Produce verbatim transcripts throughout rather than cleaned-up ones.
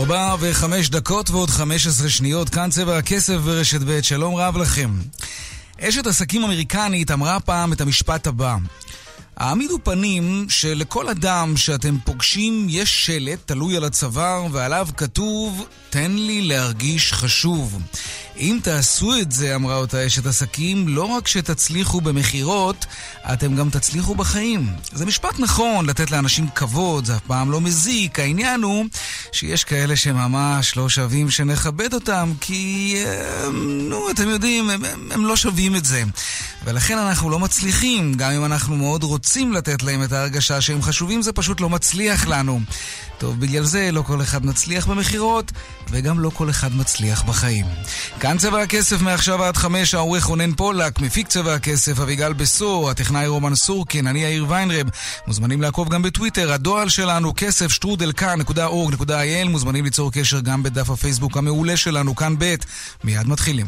ארבע וחמש דקות ועוד חמש עשרה שניות, כאן צבע הכסף ורשת ב', שלום רב לכם. אשת עסקים אמריקנית אמרה פעם את המשפט הבא: העמידו פנים שלכל אדם שאתם פוגשים יש שלט תלוי על הצוואר ועליו כתוב תן לי להרגיש חשוב. אם תעשו את זה, אמרה אותה אשת עסקים, לא רק שתצליחו במחירות, אתם גם תצליחו בחיים. זה משפט נכון, לתת לאנשים כבוד, זה אף פעם לא מזיק. העניין הוא שיש כאלה שממש לא שווים שנכבד אותם, כי, נו, אתם יודעים, הם, הם לא שווים את זה. ולכן אנחנו לא מצליחים, גם אם אנחנו מאוד רוצים לתת להם את ההרגשה שהם חשובים, זה פשוט לא מצליח לנו. טוב, בגלל זה לא כל אחד מצליח במחירות, וגם לא כל אחד מצליח בחיים. כאן צבע הכסף מעכשיו עד חמש, העורך רונן פולק, מפיק צבע הכסף אביגל בסור, הטכנאי רומן סורקין, אני יאיר ויינרב. מוזמנים לעקוב גם בטוויטר, הדואל שלנו כסף שטרודל כאן נקודה אורג נקודה איי אל. מוזמנים ליצור קשר גם בדף הפייסבוק המעולה שלנו, כאן ב'. מיד מתחילים.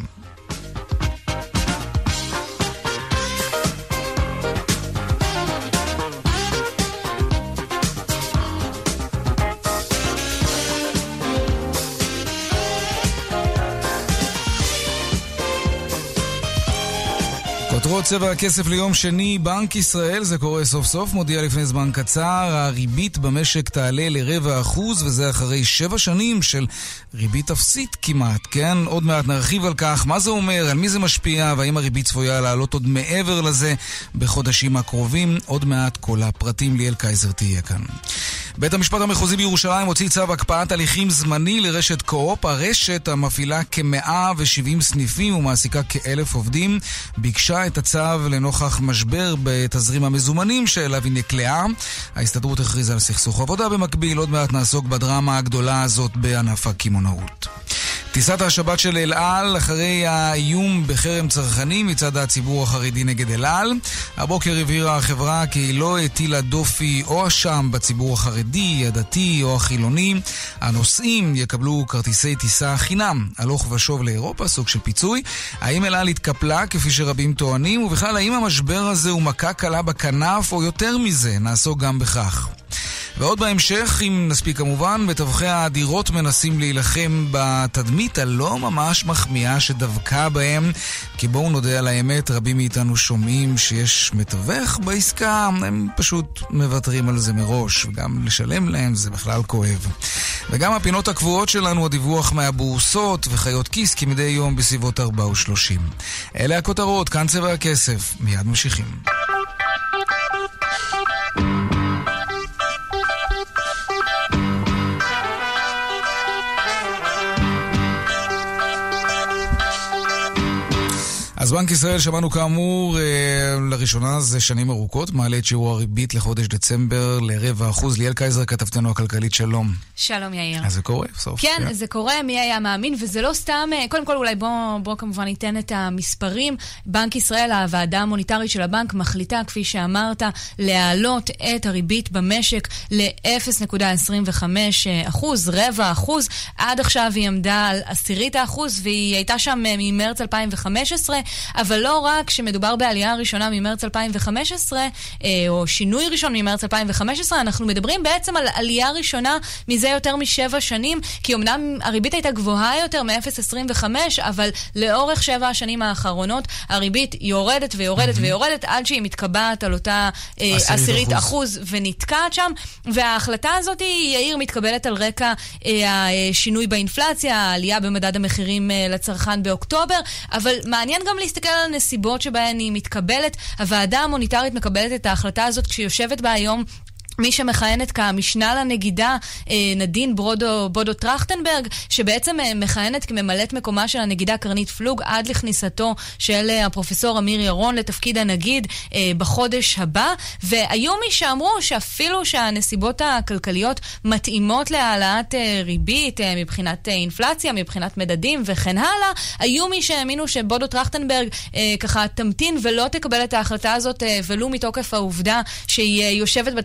כותרות צבע הכסף ליום שני, בנק ישראל, זה קורה סוף סוף, מודיע לפני זמן קצר, הריבית במשק תעלה לרבע אחוז, וזה אחרי שבע שנים של ריבית אפסית כמעט, כן? עוד מעט נרחיב על כך, מה זה אומר, על מי זה משפיע, והאם הריבית צפויה לעלות עוד מעבר לזה בחודשים הקרובים. עוד מעט כל הפרטים, ליאל קייזר תהיה כאן. בית המשפט המחוזי בירושלים הוציא צו הקפאת הליכים זמני לרשת קו-אופ. הרשת המפעילה כ-מאה ושבעים סניפים ומעסיקה כאלף עובדים ביקשה את הצו לנוכח משבר בתזרים המזומנים שאליו היא נקלעה. ההסתדרות הכריזה על סכסוך עבודה. במקביל עוד מעט נעסוק בדרמה הגדולה הזאת בענף הקמעונאות. טיסת השבת של אל על אחרי האיום בחרם צרכני מצד הציבור החרדי נגד אל על. הבוקר הבהירה החברה כי היא לא הטילה דופי או אשם בציבור החרדי, הדתי או החילוני. הנוסעים יקבלו כרטיסי טיסה חינם הלוך ושוב לאירופה, סוג של פיצוי. האם אל על התקפלה כפי שרבים טוענים, ובכלל האם המשבר הזה הוא מכה קלה בכנף או יותר מזה? נעסוק גם בכך. ועוד בהמשך, אם נספיק כמובן, בתווכי הדירות מנסים להילחם בתדמית הלא ממש מחמיאה שדווקא בהם, כי בואו נודה על האמת, רבים מאיתנו שומעים שיש מתווך בעסקה, הם פשוט מוותרים על זה מראש, וגם לשלם להם זה בכלל כואב. וגם הפינות הקבועות שלנו, הדיווח מהבורסות וחיות כיס כמדי יום בסביבות ארבע ושלושים. אלה הכותרות, כאן צבע הכסף, מיד ממשיכים. אז בנק ישראל, שמענו כאמור, לראשונה זה שנים ארוכות, מעלה את שיעור הריבית לחודש דצמבר לרבע אחוז. ליאל קייזר, כתבתנו הכלכלית, שלום. שלום יאיר. אז זה קורה בסוף. כן, כן, זה קורה, מי היה מאמין, וזה לא סתם, קודם כל אולי בוא, בוא כמובן ניתן את המספרים. בנק ישראל, הוועדה המוניטרית של הבנק, מחליטה, כפי שאמרת, להעלות את הריבית במשק ל-אפס נקודה עשרים וחמש אחוז, רבע אחוז. עד עכשיו היא עמדה על עשירית האחוז, והיא הייתה שם ממרץ אלפיים וחמש עשרה, אבל לא רק שמדובר בעלייה ראשונה ממרץ אלפיים וחמש עשרה, או שינוי ראשון ממרץ אלפיים וחמש עשרה, אנחנו מדברים בעצם על עלייה ראשונה מזה יותר משבע שנים, כי אמנם הריבית הייתה גבוהה יותר מ-אפס נקודה עשרים וחמש, אבל לאורך שבע השנים האחרונות, הריבית יורדת ויורדת ויורדת, עד שהיא מתקבעת על אותה עשירית אחוז ונתקעת שם, וההחלטה הזאת היא, יאיר, מתקבלת על רקע השינוי באינפלציה, העלייה במדד המחירים לצרכן באוקטובר, אבל מעניין גם להסתכל על הנסיבות שבהן היא מתקבלת. הוועדה המוניטרית מקבלת את ההחלטה הזאת כשיושבת בה היום מי שמכהנת כמשנה לנגידה, נדין ברודו, בודו טרכטנברג, שבעצם מכהנת כממלאת מקומה של הנגידה קרנית פלוג עד לכניסתו של הפרופסור אמיר ירון לתפקיד הנגיד בחודש הבא. והיו מי שאמרו שאפילו שהנסיבות הכלכליות מתאימות להעלאת ריבית מבחינת אינפלציה, מבחינת מדדים וכן הלאה, היו מי שהאמינו שבודו טרכטנברג ככה תמתין ולא תקבל את ההחלטה הזאת ולו מתוקף העובדה שהיא יושבת בתפקיד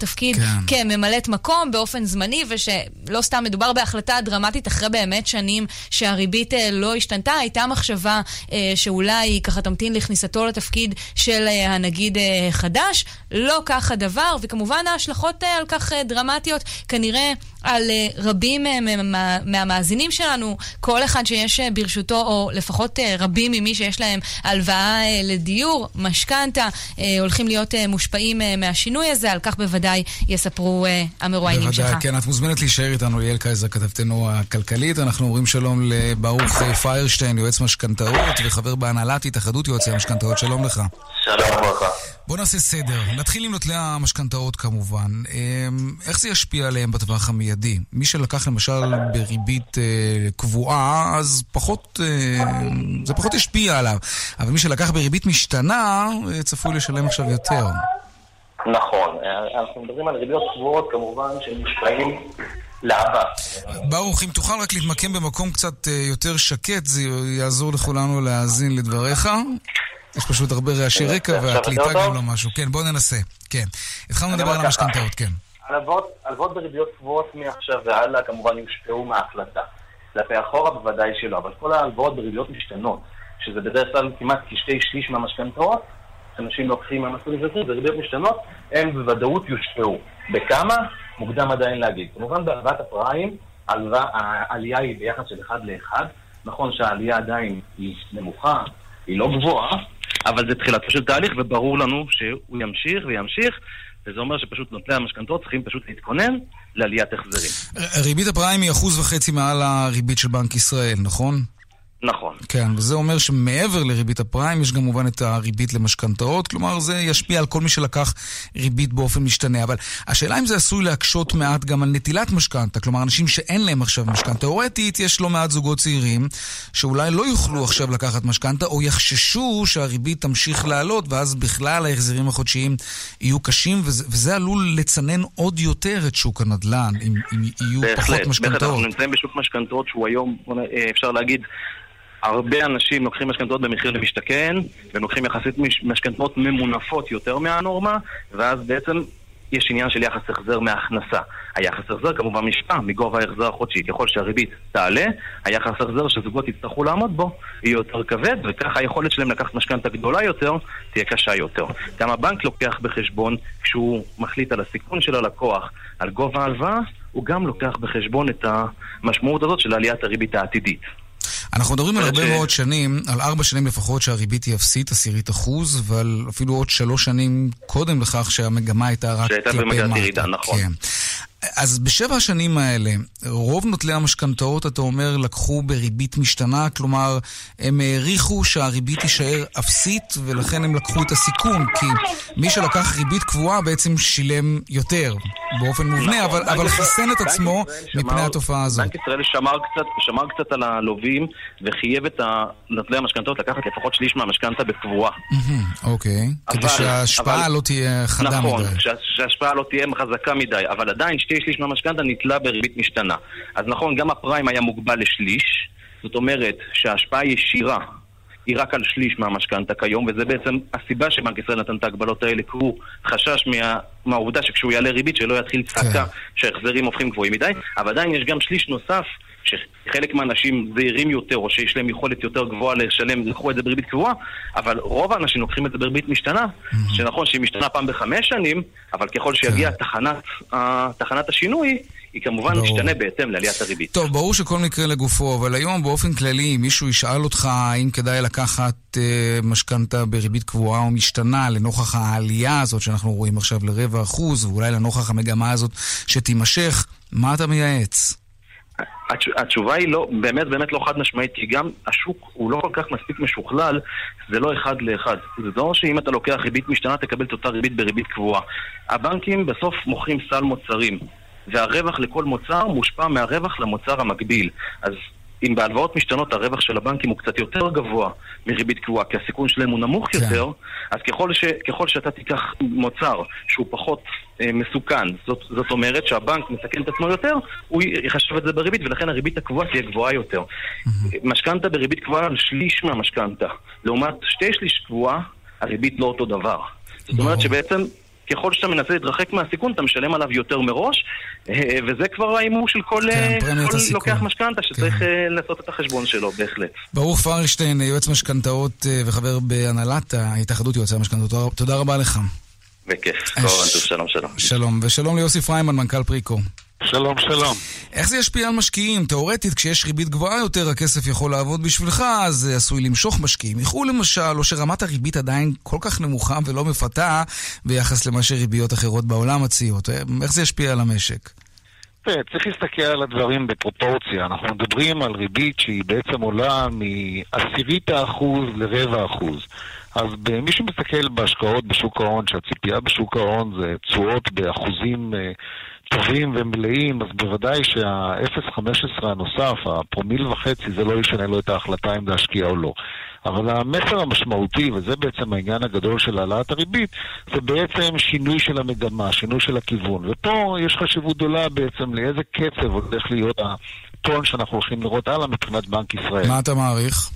כממלאת מקום באופן זמני, ושלא סתם מדובר בהחלטה דרמטית אחרי באמת שנים שהריבית לא השתנתה. הייתה מחשבה שאולי ככה תמתין לכניסתו לתפקיד של הנגיד חדש. לא כך הדבר, וכמובן ההשלכות על כך דרמטיות כנראה על רבים מהמאזינים שלנו. כל אחד שיש ברשותו, או לפחות רבים ממי שיש להם הלוואה לדיור, משכנתה, הולכים להיות מושפעים מהשינוי הזה. על כך בוודאי יספרו המרואיינים שלך. בוודאי, כן, את מוזמנת להישאר איתנו, ליאל קייזר, כתבתנו הכלכלית. אנחנו אומרים שלום לברוך פיירשטיין, יועץ משכנתאות וחבר בהנהלת התאחדות יועצי המשכנתאות. שלום לך. שלום לך. בוא נעשה סדר. נתחיל עם נוטלי המשכנתאות כמובן. איך זה ישפיע עליהם בטווח המיידי? מי שלקח למשל בריבית קבועה, אז פחות, זה פחות ישפיע עליו. אבל מי שלקח בריבית משתנה, צפוי לשלם עכשיו יותר. נכון. אנחנו מדברים על ריביות קבועות כמובן שמושפעים לעבר. ברוך, אם תוכל רק להתמקם במקום קצת יותר שקט, זה יעזור לכולנו להאזין לדבריך. יש פשוט הרבה רעשי רקע והקליטה גם לא משהו. כן, בואו ננסה. כן. התחלנו לדבר על המשכנתאות, כן. הלוואות בריביות קבועות מעכשיו והלאה כמובן יושפעו מההחלטה. כלפי אחורה בוודאי שלא, אבל כל ההלוואות בריביות משתנות, שזה בדרך כלל כמעט כשתי שליש מהמשכנתאות, אנשים לוקחים מהמסלולים הזה, בריביות משתנות, הם בוודאות יושפעו. בכמה? מוקדם עדיין להגיד. כמובן בהלוואת הפריים, העלייה היא ביחס של אחד לאחד. נכון שהעלייה עדיין היא נמוכה, היא לא גבוהה, אבל זה תחילתו של תהליך, וברור לנו שהוא ימשיך וימשיך, וזה אומר שפשוט נוטלי המשכנתאות צריכים פשוט להתכונן לעליית החזרים. ריבית הפריים היא אחוז וחצי מעל הריבית של בנק ישראל, נכון? נכון. כן, וזה אומר שמעבר לריבית הפריים יש גם מובן את הריבית למשכנתאות, כלומר זה ישפיע על כל מי שלקח ריבית באופן משתנה, אבל השאלה אם זה עשוי להקשות מעט גם על נטילת משכנתה, כלומר אנשים שאין להם עכשיו משכנתה. תיאורטית יש לא מעט זוגות צעירים שאולי לא יוכלו עכשיו לקחת משכנתה, או יחששו שהריבית תמשיך לעלות, ואז בכלל ההחזרים החודשיים יהיו קשים, וזה, וזה עלול לצנן עוד יותר את שוק הנדל"ן, אם, אם יהיו בהחלט, פחות משכנתאות. אנחנו נמצאים בשוק משכנתאות שהוא היום, אפשר להגיד, הרבה אנשים לוקחים משכנתאות במחיר למשתכן, והם לוקחים יחסית משכנתאות ממונפות יותר מהנורמה, ואז בעצם יש עניין של יחס החזר מההכנסה. היחס החזר כמובן משפע מגובה ההחזר החודשי. ככל שהריבית תעלה, היחס החזר שזוגות יצטרכו לעמוד בו יהיה יותר כבד, וככה היכולת שלהם לקחת משכנתה גדולה יותר תהיה קשה יותר. גם הבנק לוקח בחשבון, כשהוא מחליט על הסיכון של הלקוח, על גובה ההלוואה, הוא גם לוקח בחשבון את המשמעות הזאת של עליית הריבית העתידית. אנחנו מדברים על הרבה מאוד שנים, על ארבע שנים לפחות שהריבית היא אפסית, עשירית אחוז, ועל אפילו עוד שלוש שנים קודם לכך שהמגמה הייתה רק כלפי מטה. נכון. כן. אז בשבע השנים האלה, רוב נוטלי המשכנתאות, אתה אומר, לקחו בריבית משתנה, כלומר, הם העריכו שהריבית תישאר אפסית, ולכן הם לקחו את הסיכון, כי מי שלקח ריבית קבועה בעצם שילם יותר, באופן מובנה, אבל, אבל חיסן את עצמו מפני התופעה הזאת. בנק ישראל שמר קצת, שמר קצת על הלווים, וחייב את נוטלי המשכנתאות לקחת לפחות שליש מהמשכנתה בקבועה. אוקיי, כדי שההשפעה לא תהיה חדה מדי. נכון, שההשפעה לא תהיה חזקה מדי, אבל עדיין שתי שליש מהמשכנתה נתלה בריבית משתנה. אז נכון, גם הפריים היה מוגבל לשליש, זאת אומרת שההשפעה ישירה היא רק על שליש מהמשכנתה כיום, וזה בעצם הסיבה שבנק ישראל נתן את ההגבלות האלה, כי הוא חשש מה, מהעובדה שכשהוא יעלה ריבית שלא יתחיל צעקה שההחזרים הופכים גבוהים מדי, אבל עדיין יש גם שליש נוסף שחלק מהאנשים זהירים יותר, או שיש להם יכולת יותר גבוהה לשלם, לקחו את זה בריבית קבועה, אבל רוב האנשים לוקחים את זה בריבית משתנה, שנכון שהיא משתנה פעם בחמש שנים, אבל ככל שיגיע תחנת, תחנת השינוי, היא כמובן ברור. משתנה בהתאם לעליית הריבית. טוב, ברור שכל מקרה לגופו, אבל היום באופן כללי, אם מישהו ישאל אותך האם כדאי לקחת uh, משכנתה בריבית קבועה או משתנה, לנוכח העלייה הזאת שאנחנו רואים עכשיו לרבע אחוז, ואולי לנוכח המגמה הזאת שתימשך, מה אתה מייעץ? התשובה היא לא, באמת באמת לא חד משמעית, כי גם השוק הוא לא כל כך מספיק משוכלל, זה לא אחד לאחד. זה לא שאם אתה לוקח ריבית משתנה, תקבל את אותה ריבית בריבית קבועה. הבנקים בסוף מוכרים סל מוצרים, והרווח לכל מוצר מושפע מהרווח למוצר המקביל. אז אם בהלוואות משתנות הרווח של הבנקים הוא קצת יותר גבוה מריבית קבועה, כי הסיכון שלהם הוא נמוך כן. יותר, אז ככל, ש, ככל שאתה תיקח מוצר שהוא פחות אה, מסוכן, זאת, זאת אומרת שהבנק מסכן את עצמו יותר, הוא יחשב את זה בריבית, ולכן הריבית הקבועה תהיה גבוהה יותר. Mm-hmm. משכנתה בריבית קבועה על שליש מהמשכנתה. לעומת שתי שליש קבועה, הריבית לא אותו דבר. זאת אומרת שבעצם ככל שאתה מנסה להתרחק מהסיכון, אתה משלם עליו יותר מראש, וזה כבר האימור של כל, כן, כל לוקח משכנתה, שצריך כן. לעשות את החשבון שלו, בהחלט. ברוך פרלשטיין, יועץ משכנתאות וחבר בהנהלת ההתאחדות יועצי המשכנתאות. תודה רבה לך. בכיף. שלום, שלום. שלום, ושלום ליוסי פריימן, מנכ"ל פריקו. שלום, שלום. איך זה ישפיע על משקיעים? תאורטית, כשיש ריבית גבוהה יותר, הכסף יכול לעבוד בשבילך, אז עשוי למשוך משקיעים. יחו למשל, או שרמת הריבית עדיין כל כך נמוכה ולא מפתה ביחס למה שריביות אחרות בעולם מציעות. איך זה ישפיע על המשק? צריך להסתכל על הדברים בפרופורציה. אנחנו מדברים על ריבית שהיא בעצם עולה מעשירית האחוז לרבע אחוז. אז מי שמסתכל בהשקעות בשוק ההון, שהציפייה בשוק ההון זה תשואות באחוזים טובים ומלאים, אז בוודאי שה-אפס נקודה חמש עשרה הנוסף, הפרומיל וחצי, זה לא ישנה לו את ההחלטה אם להשקיע או לא. אבל המסר המשמעותי, וזה בעצם העניין הגדול של העלאת הריבית, זה בעצם שינוי של המגמה, שינוי של הכיוון. ופה יש חשיבות גדולה בעצם לאיזה קצב הולך להיות הטון שאנחנו הולכים לראות הלאה מבחינת בנק ישראל. מה אתה מעריך?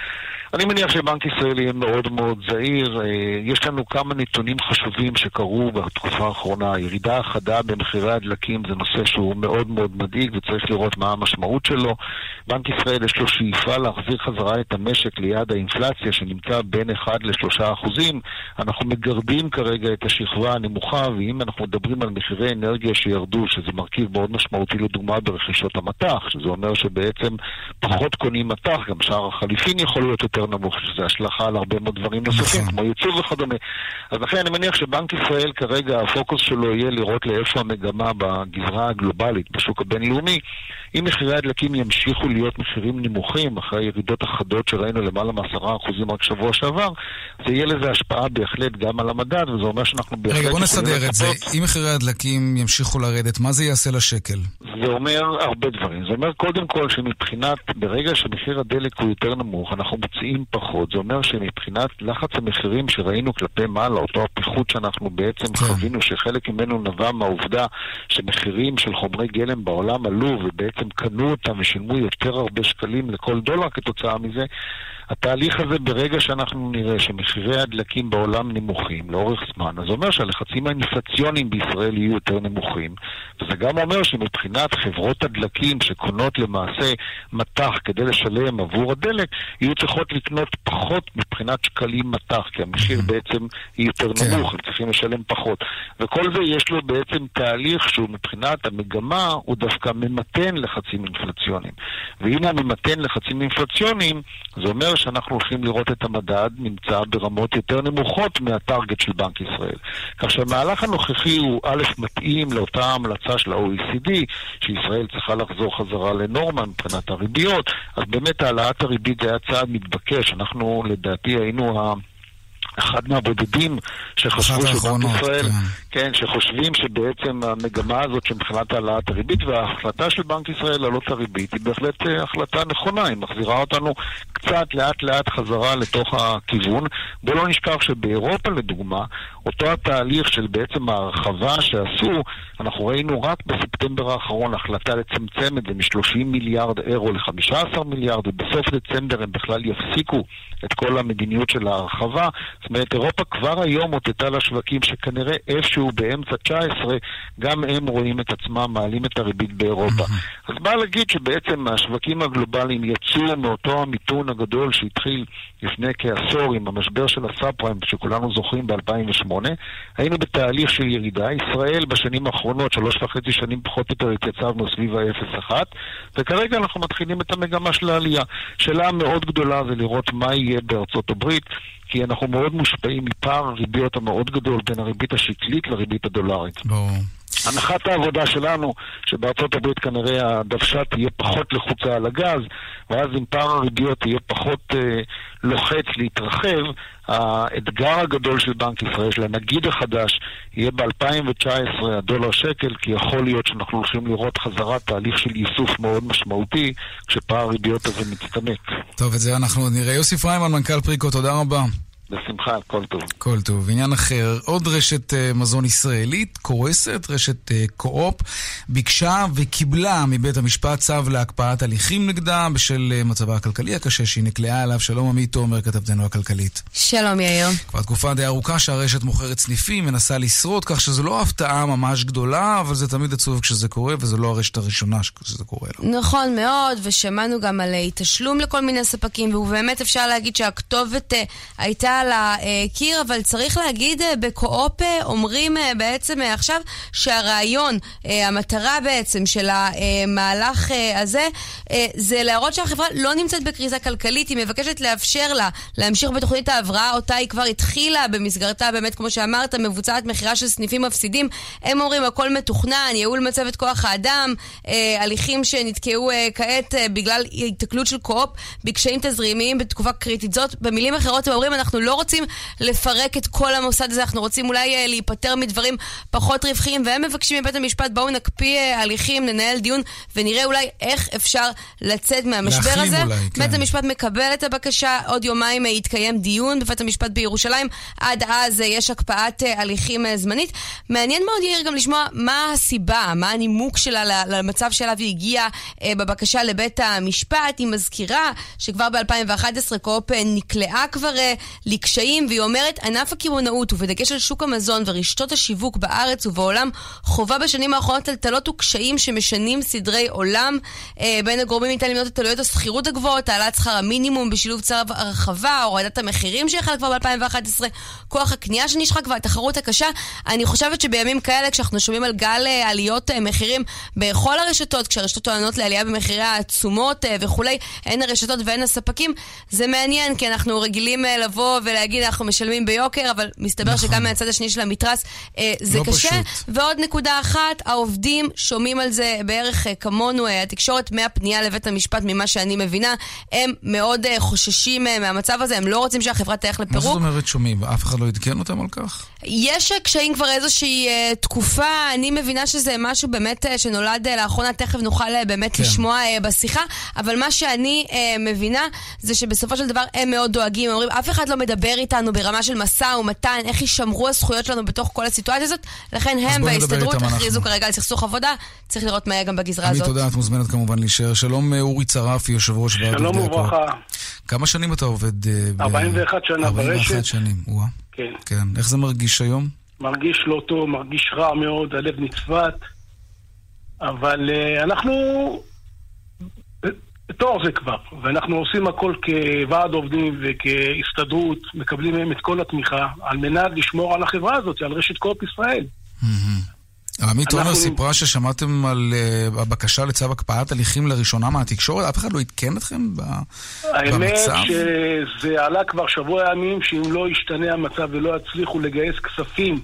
אני מניח שבנק ישראל יהיה מאוד מאוד זהיר. יש לנו כמה נתונים חשובים שקרו בתקופה האחרונה. הירידה החדה במחירי הדלקים זה נושא שהוא מאוד מאוד מדאיג וצריך לראות מה המשמעות שלו. בנק ישראל יש לו שאיפה להחזיר חזרה את המשק ליעד האינפלציה שנמצא בין אחד לשלושה אחוזים. אנחנו מגרדים כרגע את השכבה הנמוכה, ואם אנחנו מדברים על מחירי אנרגיה שירדו, שזה מרכיב מאוד משמעותי לדוגמה ברכישות המטח, שזה אומר שבעצם פחות קונים מטח, גם שער החליפין יכול להיות יותר נמוך, שזה השלכה על הרבה מאוד דברים נוספים, כמו ייצור וכדומה. אז לכן אני מניח שבנק ישראל כרגע הפוקוס שלו יהיה לראות לאיפה המגמה בגזרה הגלובלית, בשוק הבינלאומי. אם מחירי הדלקים ימשיכו להיות מחירים נמוכים, אחרי ירידות החדות שראינו למעלה מעשרה אחוזים רק שבוע שעבר, זה יהיה לזה השפעה בהחלט גם על המדד, וזה אומר שאנחנו בהחלט... רגע, בוא נסדר את זה. אם מחירי הדלקים ימשיכו לרדת, מה זה יעשה לשקל? זה אומר הרבה דברים. זה אומר קודם כל שמבחינת, ברגע שמחיר הדלק הוא יותר נמוך, אנחנו מוציאים פחות. זה אומר שמבחינת לחץ המחירים שראינו כלפי מעלה, אותו הפיחות שאנחנו בעצם כן. חווינו, שחלק ממנו נבע מהעובדה שמחירים של חומרי גלם בעולם עלו, ובעצם קנו אותם ושילמו יותר הרבה שקלים לכל דולר כתוצאה מזה. התהליך הזה ברגע שאנחנו נראה שמחירי הדלקים בעולם נמוכים לאורך זמן, אז אומר שהלחצים האינפלציוניים בישראל יהיו יותר נמוכים, וזה גם אומר שמבחינת חברות הדלקים שקונות למעשה מטח כדי לשלם עבור הדלק, יהיו צריכות לקנות פחות מבחינת שקלים מטח, כי המחיר בעצם היא יותר נמוך, הם צריכים לשלם פחות. וכל זה יש לו בעצם תהליך שהוא מבחינת המגמה, הוא דווקא ממתן לחצים אינפלציוניים. ואם הוא ממתן לחצים אינפלציוניים, זה אומר שאנחנו הולכים לראות את המדד נמצא ברמות יותר נמוכות מהטרגט של בנק ישראל. כך שהמהלך הנוכחי הוא א' מתאים לאותה המלצה של ה-או אי סי די, שישראל צריכה לחזור חזרה לנורמה מבחינת הריביות, אז באמת העלאת הריבית היה צעד מתבקש. אנחנו לדעתי היינו ה... אחד מהבודדים שחשבו שבנק ישראל, כן. כן, שחושבים שבעצם המגמה הזאת שמבחינת העלאת הריבית וההחלטה של בנק ישראל לעלות הריבית היא בהחלט החלטה נכונה, היא מחזירה אותנו קצת לאט לאט חזרה לתוך הכיוון. בוא לא נשכח שבאירופה לדוגמה, אותו התהליך של בעצם ההרחבה שעשו, אנחנו ראינו רק בספטמבר האחרון החלטה לצמצם את זה מ-שלושים מיליארד אירו ל-חמישה עשר מיליארד, ובסוף דצמבר הם בכלל יפסיקו את כל המדיניות של ההרחבה. זאת אומרת, אירופה כבר היום אותתה לשווקים שכנראה איפשהו באמצע תשע עשרה, גם הם רואים את עצמם, מעלים את הריבית באירופה. אז בא להגיד שבעצם השווקים הגלובליים יצאו מאותו המיתון הגדול שהתחיל לפני כעשור עם המשבר של הסאב-פריים, שכולנו זוכרים ב-אלפיים ושמונה, היינו בתהליך של ירידה. ישראל בשנים האחרונות, שלוש וחצי שנים פחות יותר התייצבנו סביב ה-אפס נקודה אחת, וכרגע אנחנו מתחילים את המגמה של העלייה. שאלה מאוד גדולה זה לראות מה יהיה בארצות הברית, כי אנחנו מאוד מושפעים מפער הריביות המאוד גדול בין הריבית השקלית לריבית הדולרית. ברור. הנחת העבודה שלנו, שבארצות הברית כנראה הדוושה תהיה פחות לחוצה על הגז, ואז אם פער הריביות תהיה פחות אה, לוחץ להתרחב, האתגר הגדול של בנק ישראל, של הנגיד החדש, יהיה ב-אלפיים תשע עשרה הדולר שקל, כי יכול להיות שאנחנו הולכים לראות חזרת תהליך של ייסוף מאוד משמעותי, כשפער הריביות הזה מצטמק. טוב, את זה אנחנו נראה. יוסי פריימן, מנכ"ל פריקו, תודה רבה. בשמחה, כל טוב. כל טוב. עניין אחר, עוד רשת מזון ישראלית, קורסת, רשת קו-אופ, ביקשה וקיבלה מבית המשפט צו להקפאת הליכים נגדה בשל מצבה הכלכלי הקשה שהיא נקלעה עליו. שלום עמית תומר, כתבתנו הכלכלית. שלום יאיר. כבר תקופה די ארוכה שהרשת מוכרת סניפים, מנסה לשרוד, כך שזו לא הפתעה ממש גדולה, אבל זה תמיד עצוב כשזה קורה, וזו לא הרשת הראשונה שזה קורה לה. נכון מאוד, ושמענו גם על תשלום לכל מיני ספקים, ובאמת אפשר להגיד שהכתובת הייתה על הקיר, אבל צריך להגיד בקו-אופ אומרים בעצם עכשיו שהרעיון, המטרה בעצם של המהלך הזה, זה להראות שהחברה לא נמצאת בקריזה כלכלית, היא מבקשת לאפשר לה להמשיך בתוכנית ההבראה, אותה היא כבר התחילה במסגרתה, באמת כמו שאמרת, מבוצעת מחירה של סניפים מפסידים. הם אומרים הכל מתוכנן, ייעול מצבת כוח האדם, הליכים שנתקעו כעת בגלל התקלות של קו-אופ בקשיים תזרימיים בתקופה קריטית זאת. במילים אחרות הם אומרים, אנחנו לא רוצים לפרק את כל המוסד הזה, אנחנו רוצים אולי להיפטר מדברים פחות רווחיים, והם מבקשים מבית המשפט, בואו נקפיא הליכים, ננהל דיון ונראה אולי איך אפשר לצאת מהמשבר הזה. אולי, בית כן. המשפט מקבל את הבקשה, עוד יומיים יתקיים דיון בבית המשפט בירושלים, עד אז יש הקפאת הליכים זמנית. מעניין מאוד יאיר גם לשמוע מה הסיבה, מה הנימוק שלה למצב שאליו היא הגיעה בבקשה לבית המשפט. היא מזכירה שכבר ב-אלפיים ואחת עשרה קו-אופ נקלעה כבר לקשיים, והיא אומרת, ענף הקמעונאות ובדגש על שוק המזון ורשתות השיווק בארץ ובעולם חובה בשנים האחרונות טלטלות וקשיים שמשנים סדרי עולם. בין הגורמים ניתן למנות את עלויות השכירות הגבוהות, העלאת שכר המינימום בשילוב צו הרחבה, הורדת המחירים שהחל כבר ב-אלפיים ואחת עשרה, כוח הקנייה שנשחק והתחרות הקשה. אני חושבת שבימים כאלה, כשאנחנו שומעים על גל עליות מחירים בכל הרשתות, כשהרשתות טוענות לעלייה במחירי התשומות וכולי, הן הרשתות והן הספקים, זה מעניין, כי אנחנו רגילים לבוא ולהגיד אנחנו משלמים ביוקר, אבל מסתבר נכון. שגם מהצד השני של המתרס זה לא קשה. פשוט. ועוד נקודה אחת, העובדים שומעים על זה בערך כמונו, התקשורת מהפנייה לבית המשפט, ממה שאני מבינה, הם מאוד חוששים מהמצב הזה, הם לא רוצים שהחברה תלך לפירוק. מה זאת אומרת שומעים? אף אחד לא יתקן אותם על כך? יש קשיים כבר איזושהי uh, תקופה, אני מבינה שזה משהו באמת uh, שנולד uh, לאחרונה, תכף נוכל uh, באמת כן. לשמוע uh, בשיחה, אבל מה שאני uh, מבינה זה שבסופו של דבר הם מאוד דואגים, הם אומרים, אף אחד לא מדבר איתנו ברמה של מסע ומתן, איך ישמרו הזכויות שלנו בתוך כל הסיטואציה הזאת, לכן הם וההסתדרות הכריזו כרגע על סכסוך עבודה, צריך לראות מה יהיה גם בגזרה הזאת. תודה, את מוזמנת כמובן להישאר. שלום אורי צרפי, יושב ראש ועד עובדי שלום וברכה. כמה שנים אתה עובד? ארבעים ואחת שנה ברשת. ארבעים ואחת שנים, וואה. כן. כן. איך זה מרגיש היום? מרגיש לא טוב, מרגיש רע מאוד, הלב נצפת, אבל uh, אנחנו בתור זה כבר, ואנחנו עושים הכל כוועד עובדים וכהסתדרות, מקבלים מהם את כל התמיכה, על מנת לשמור על החברה הזאת, על רשת קו-אופ ישראל. עמית תומר סיפרה ששמעתם על הבקשה לצו הקפאת הליכים לראשונה מהתקשורת, אף אחד לא התקן אתכם במצב? האמת שזה עלה כבר שבוע ימים, שאם לא ישתנה המצב ולא יצליחו לגייס כספים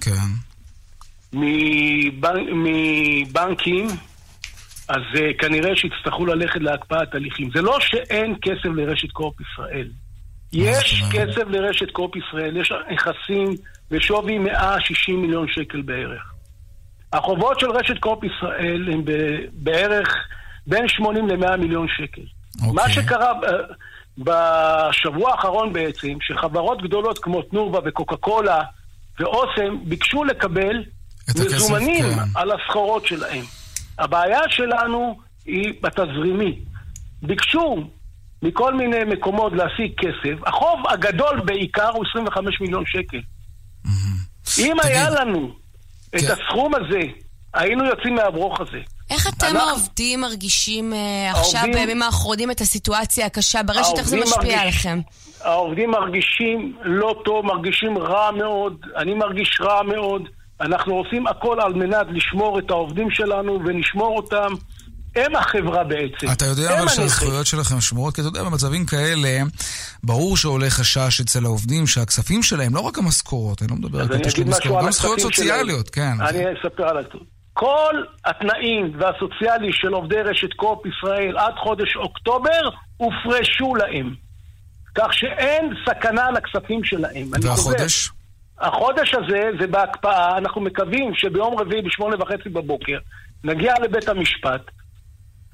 מבנקים, אז כנראה שיצטרכו ללכת להקפאת הליכים. זה לא שאין כסף לרשת קו-אופ ישראל. יש כסף לרשת קו-אופ ישראל, יש נכסים בשווי מאה ושישים מיליון שקל בערך. החובות של רשת קו-אופ ישראל הם בערך בין שמונים למאה מיליון שקל. Okay. מה שקרה בשבוע האחרון בעצם, שחברות גדולות כמו תנובה וקוקה קולה ואוסם ביקשו לקבל מזומנים כן. על הסחורות שלהם. הבעיה שלנו היא בתזרימי. ביקשו מכל מיני מקומות להשיג כסף. החוב הגדול בעיקר הוא עשרים וחמישה מיליון שקל. Mm-hmm. אם תגיד. היה לנו את כן. הסכום הזה, היינו יוצאים מהברוך הזה. איך אתם אנחנו... העובדים מרגישים uh, עכשיו העובדים... בימים האחרונים את הסיטואציה הקשה ברשת? איך זה משפיע מרגיש... עליכם? העובדים מרגישים לא טוב, מרגישים רע מאוד, אני מרגיש רע מאוד. אנחנו עושים הכל על מנת לשמור את העובדים שלנו ונשמור אותם. הם החברה בעצם. אתה יודע אבל שהזכויות שלכם שמורות, כי אתה יודע, במצבים כאלה, ברור שעולה חשש אצל העובדים שהכספים שלהם, לא רק המשכורות, אני לא מדבר רק על תשלום משכורות, גם זכויות סוציאליות, כן. אני אספר על זה. כל התנאים והסוציאלי של עובדי רשת קו-אופ ישראל עד חודש אוקטובר הופרשו להם. כך שאין סכנה לכספים שלהם. והחודש? החודש הזה זה בהקפאה, אנחנו מקווים שביום רביעי בשמונה וחצי בבוקר נגיע לבית המשפט,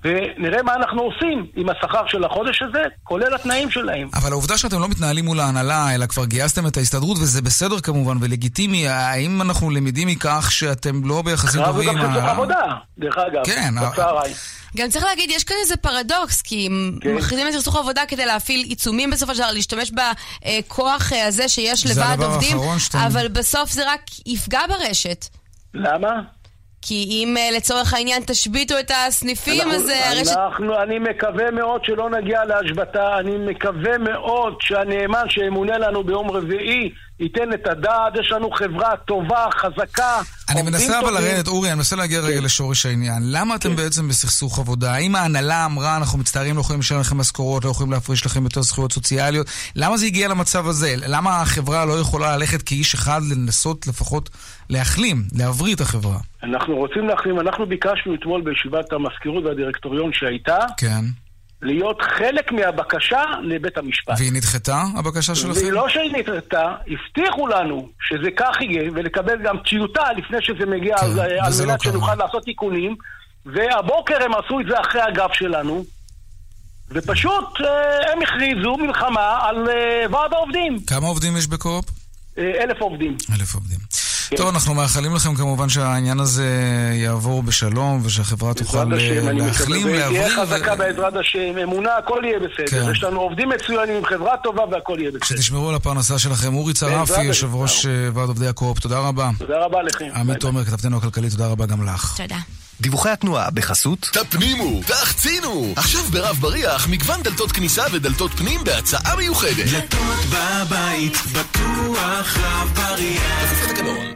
ונראה מה אנחנו עושים עם השכר של החודש הזה, כולל התנאים שלהם. אבל העובדה שאתם לא מתנהלים מול ההנהלה, אלא כבר גייסתם את ההסתדרות, וזה בסדר כמובן ולגיטימי, האם אנחנו למדים מכך שאתם לא ביחסים טובים? זה גם סכסוך עבודה, דרך אגב, כן, בצהריים. גם צריך להגיד, יש כאן איזה פרדוקס, כי כן. מכריזים את סכסוך עבודה כדי להפעיל עיצומים בסופו של דבר, להשתמש בכוח הזה שיש לוועד עובדים, אבל בסוף זה רק יפגע ברשת. למה? כי אם לצורך העניין תשביטו את הסניפים, אנחנו, אז הרשת... אנחנו, אני מקווה מאוד שלא נגיע להשבתה, אני מקווה מאוד שהנאמן שימונה לנו ביום רביעי ייתן את הדעת, יש לנו חברה טובה, חזקה. אני מנסה אבל לרדת, אורי, אני מנסה להגיע רגע לשורש העניין. למה אתם בעצם בסכסוך עבודה? האם ההנהלה אמרה, אנחנו מצטערים, לא יכולים לשלם לכם משכורות, לא יכולים להפריש לכם יותר זכויות סוציאליות? למה זה הגיע למצב הזה? למה החברה לא יכולה ללכת כאיש אחד לנסות לפחות להחלים, להבריא את החברה? אנחנו רוצים להחלים, אנחנו ביקשנו אתמול בישיבת המזכירות והדירקטוריון שהייתה, כן. להיות חלק מהבקשה לבית המשפט. והיא נדחתה, הבקשה שלכם? והיא לא שהיא נדחתה, הבטיחו לנו שזה כך יהיה, ולקבל גם טיוטה לפני שזה מגיע, כן, על מנת לא שנוכל לעשות תיקונים, והבוקר הם עשו את זה אחרי הגב שלנו, ופשוט הם הכריזו מלחמה על ועד העובדים. כמה עובדים יש בקו-אופ? אלף עובדים. אלף עובדים. טוב, אנחנו מאחלים לכם כמובן שהעניין הזה יעבור בשלום, ושהחברה תוכל להחלים, להבריא. תהיה חזקה בעזרת השם, אמונה, הכל יהיה בסדר. יש לנו עובדים מצוינים, חברה טובה והכל יהיה בסדר. שתשמרו על הפרנסה שלכם. אורי צרפי, יושב ראש ועד עובדי הקו-אופ, תודה רבה. תודה רבה לכם. עמית תומר, כתבתנו הכלכלית, תודה רבה גם לך. תודה. דיווחי התנועה בחסות תפנימו, תחצינו. עכשיו ברב בריח מגוון דלתות כניסה ודלתות פנים בהצעה מיוחדת. דלתות בבית בטוח רב בריח. תפוס את הקנון.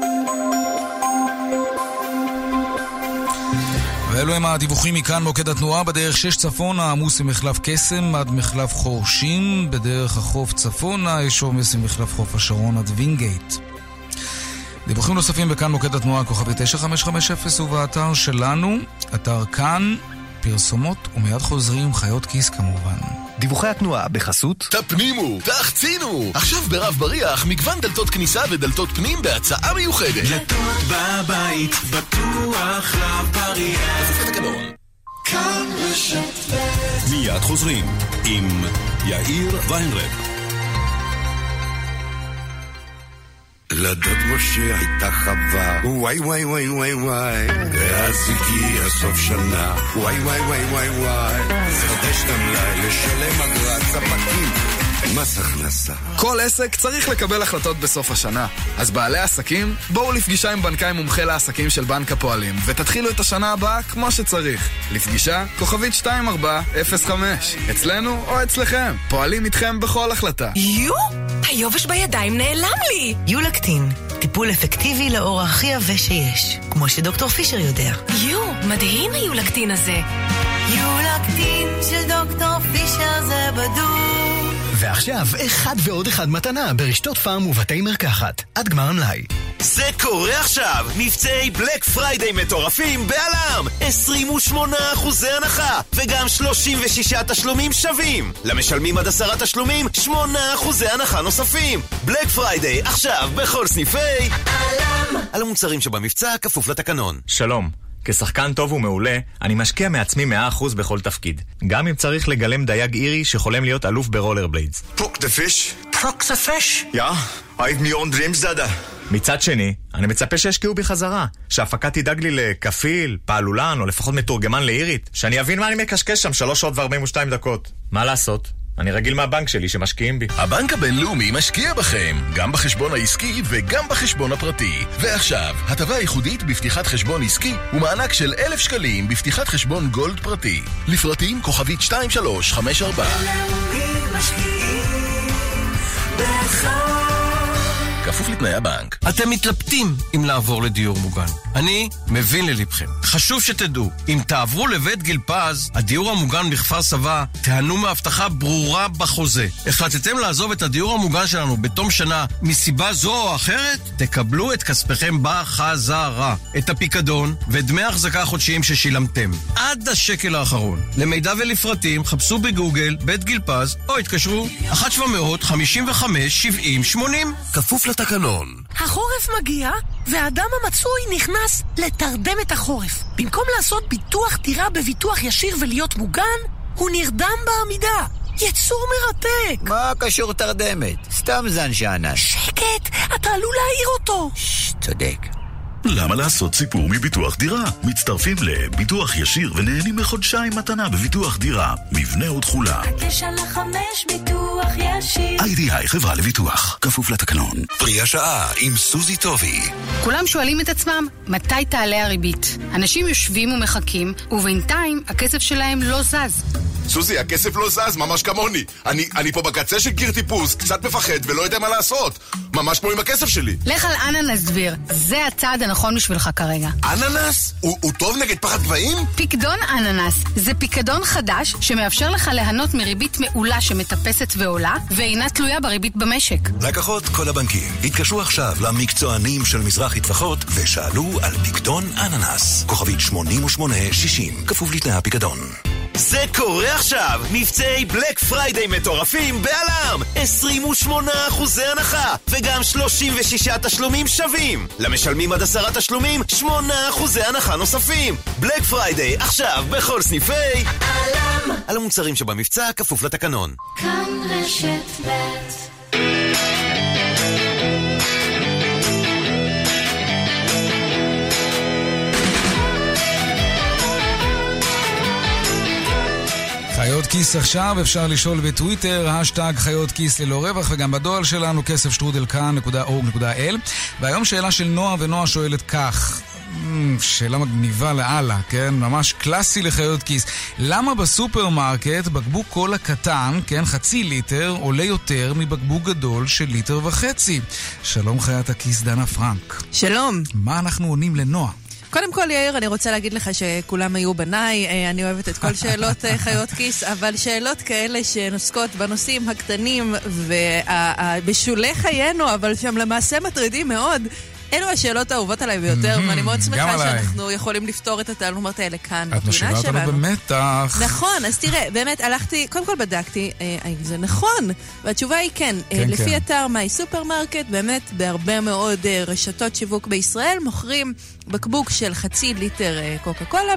ואלו הם הדיווחים מכאן מוקד התנועה. בדרך שש צפונה עמוס ממחלף קסם עד מחלף חורשים. בדרך החוף צפונה יש עומס ממחלף חוף השרון עד וינגייט. דיווחים נוספים בכאן מוקד התנועה כוכבי תשע חמש חמש אפס ובאתר שלנו, אתר כאן, פרסומות ומיד חוזרים, חיות כיס כמובן. דיווחי התנועה בחסות תפנימו, תחצינו. עכשיו ברב בריח מגוון דלתות כניסה ודלתות פנים בהצעה מיוחדת. דלתות בבית בטוח רב בריח. תפוס את הקנון. כאן רשת ב'. מיד חוזרים עם יאיר ויינרב. לדוד משה הייתה חווה, וואי וואי וואי וואי וואי, ואז הגיע סוף שנה, וואי וואי וואי וואי וואי, חדש תמלאי לשלם אגרת ספקים, מס הכנסה. כל עסק צריך לקבל החלטות בסוף השנה. אז בעלי עסקים, בואו לפגישה עם בנקאי מומחה לעסקים של בנק הפועלים, ותתחילו את השנה הבאה כמו שצריך. לפגישה, כוכבית שתיים ארבע אפס חמש. אצלנו או אצלכם. פועלים איתכם בכל החלטה. יו! היובש בידיים נעלם לי! יולקטין, טיפול אפקטיבי לאור הכי יבש שיש, כמו שדוקטור פישר יודע. יו, מדהים היולקטין הזה. יולקטין של דוקטור פישר זה בדוק. ועכשיו, אחד ועוד אחד מתנה ברשתות פארם ובתי מרקחת. עד גמר המלאי. זה קורה עכשיו! מבצעי בלק פריידיי מטורפים בעלם! עשרים ושמונה אחוזי הנחה! וגם שלושים ושישה תשלומים שווים! למשלמים עד עשרה תשלומים, שמונה אחוזי הנחה נוספים! בלק פריידיי עכשיו בכל סניפי עלם! על המוצרים שבמבצע כפוף לתקנון. שלום. כשחקן טוב ומעולה, אני משקיע מעצמי מאה אחוז בכל תפקיד. גם אם צריך לגלם דייג אירי שחולם להיות אלוף ברולר בליידס. פוק דה פיש? פוק דה פיש? יא, I've my own dreams, דדה. מצד שני, אני מצפה שישקיעו בי חזרה. שההפקה תדאג לי לכפיל, פעלולן, או לפחות מתורגמן לאירית. שאני אבין מה אני מקשקש שם שלוש שעות וארבעים ושתיים דקות. מה לעשות? אני רגיל מהבנק שלי שמשקיעים בי. הבנק הבינלאומי משקיע בכם, גם בחשבון העסקי וגם בחשבון הפרטי. ועכשיו, הטבה ייחודית בפתיחת חשבון עסקי ומענק של אלף שקלים בפתיחת חשבון גולד פרטי. לפרטים כוכבית שתיים שלוש חמש ארבע. כפוף לתנאי הבנק. אתם מתלבטים אם לעבור לדיור מוגן. אני מבין ללבכם. חשוב שתדעו, אם תעברו לבית גיל פז, הדיור המוגן בכפר סבא, תהנו מהבטחה ברורה בחוזה. החלטתם לעזוב את הדיור המוגן שלנו בתום שנה מסיבה זו או אחרת, תקבלו את כספכם בחזרה. את הפיקדון ודמי החזקה חודשיים ששילמתם. עד השקל האחרון. למידע ולפרטים, חפשו בגוגל בית גיל פז, או התקשרו אחת שבע מאות חמישים וחמש שבעים שמונים. כפוף לתקנון. החורף מגיע, והאדם המצוי נכנס לתרדם את החורף. במקום לעשות ביטוח דירה בביטוח ישיר ולהיות מוגן, הוא נרדם בעמידה. יצור מרתק. מה קשור תרדמת? סתם זן שענן. שקט, אתה עלול להעיר אותו. ששש, צודק. למה לעשות סיפור מביטוח דירה? מצטרפים לביטוח ישיר ונהנים מחודשיים מתנה בביטוח דירה. מבנה ותחולה. תשע לחמש ביטוח ישיר. איי די איי חברה לביטוח. כפוף לתקנון. פרי השעה עם סוזי טובי. כולם שואלים את עצמם, מתי תעלה הריבית? אנשים יושבים ומחכים, ובינתיים הכסף שלהם לא זז. סוזי, הכסף לא זז, ממש כמוני. אני, אני פה בקצה של קיר טיפוס, קצת מפחד ולא יודע מה לעשות. ממש כמו עם הכסף שלי. לך על אננס דביר, זה הצעד הנכון בשבילך כרגע. אננס? הוא, הוא טוב נגד פחד גבהים? פיקדון אננס, זה פיקדון חדש שמאפשר לך ליהנות מריבית מעולה שמטפסת ועולה, ואינה תלויה בריבית במשק. לקוחות כל הבנקים, התקשרו עכשיו למקצוענים של מזרחי טפחות ושאלו על פיקדון אננס. כוכבית שמונים ושמונה שישים, כפוף לתנאי הפיקדון. זה קורה עכשיו! מבצעי בלק פריידיי מטורפים בעלם! עשרים ושמונה אחוזי הנחה וגם שלושים ושישה תשלומים שווים! למשלמים עד עשרה תשלומים, שמונה אחוזי הנחה נוספים! בלק פריידיי עכשיו בכל סניפי עלם! על המוצרים שבמבצע כפוף לתקנון. כאן רשת ב' חיות כיס עכשיו, אפשר לשאול בטוויטר, השטג חיות כיס ללא רווח, וגם בדואל שלנו, כסף שטרודל כאן נקודה אורג נקודה איי אל. והיום שאלה של נועה, ונועה שואלת כך, שאלה מגניבה לאללה, כן? ממש קלאסי לחיות כיס. למה בסופרמרקט בקבוק קולה קטן, כן, חצי ליטר, עולה יותר מבקבוק גדול של ליטר וחצי? שלום חיית הכיס, דנה פרנק. שלום. מה אנחנו עונים לנועה? קודם כל, יאיר, אני רוצה להגיד לך שכולם היו בניי, אני אוהבת את כל שאלות חיות כיס, אבל שאלות כאלה שנוסקות בנושאים הקטנים ובשולי חיינו, אבל שהם למעשה מטרידים מאוד, אלו השאלות האהובות עליי ביותר, ואני מאוד שמחה שאנחנו יכולים לפתור את התעלומות האלה כאן בפינה שלנו. את משאירה אותנו במתח. נכון, אז תראה, באמת הלכתי, קודם כל בדקתי, האם זה נכון, והתשובה היא כן. לפי אתר מיי סופרמרקט, באמת בהרבה מאוד רשתות שיווק בישראל, מוכרים בקבוק של חצי ליטר קוקה קולה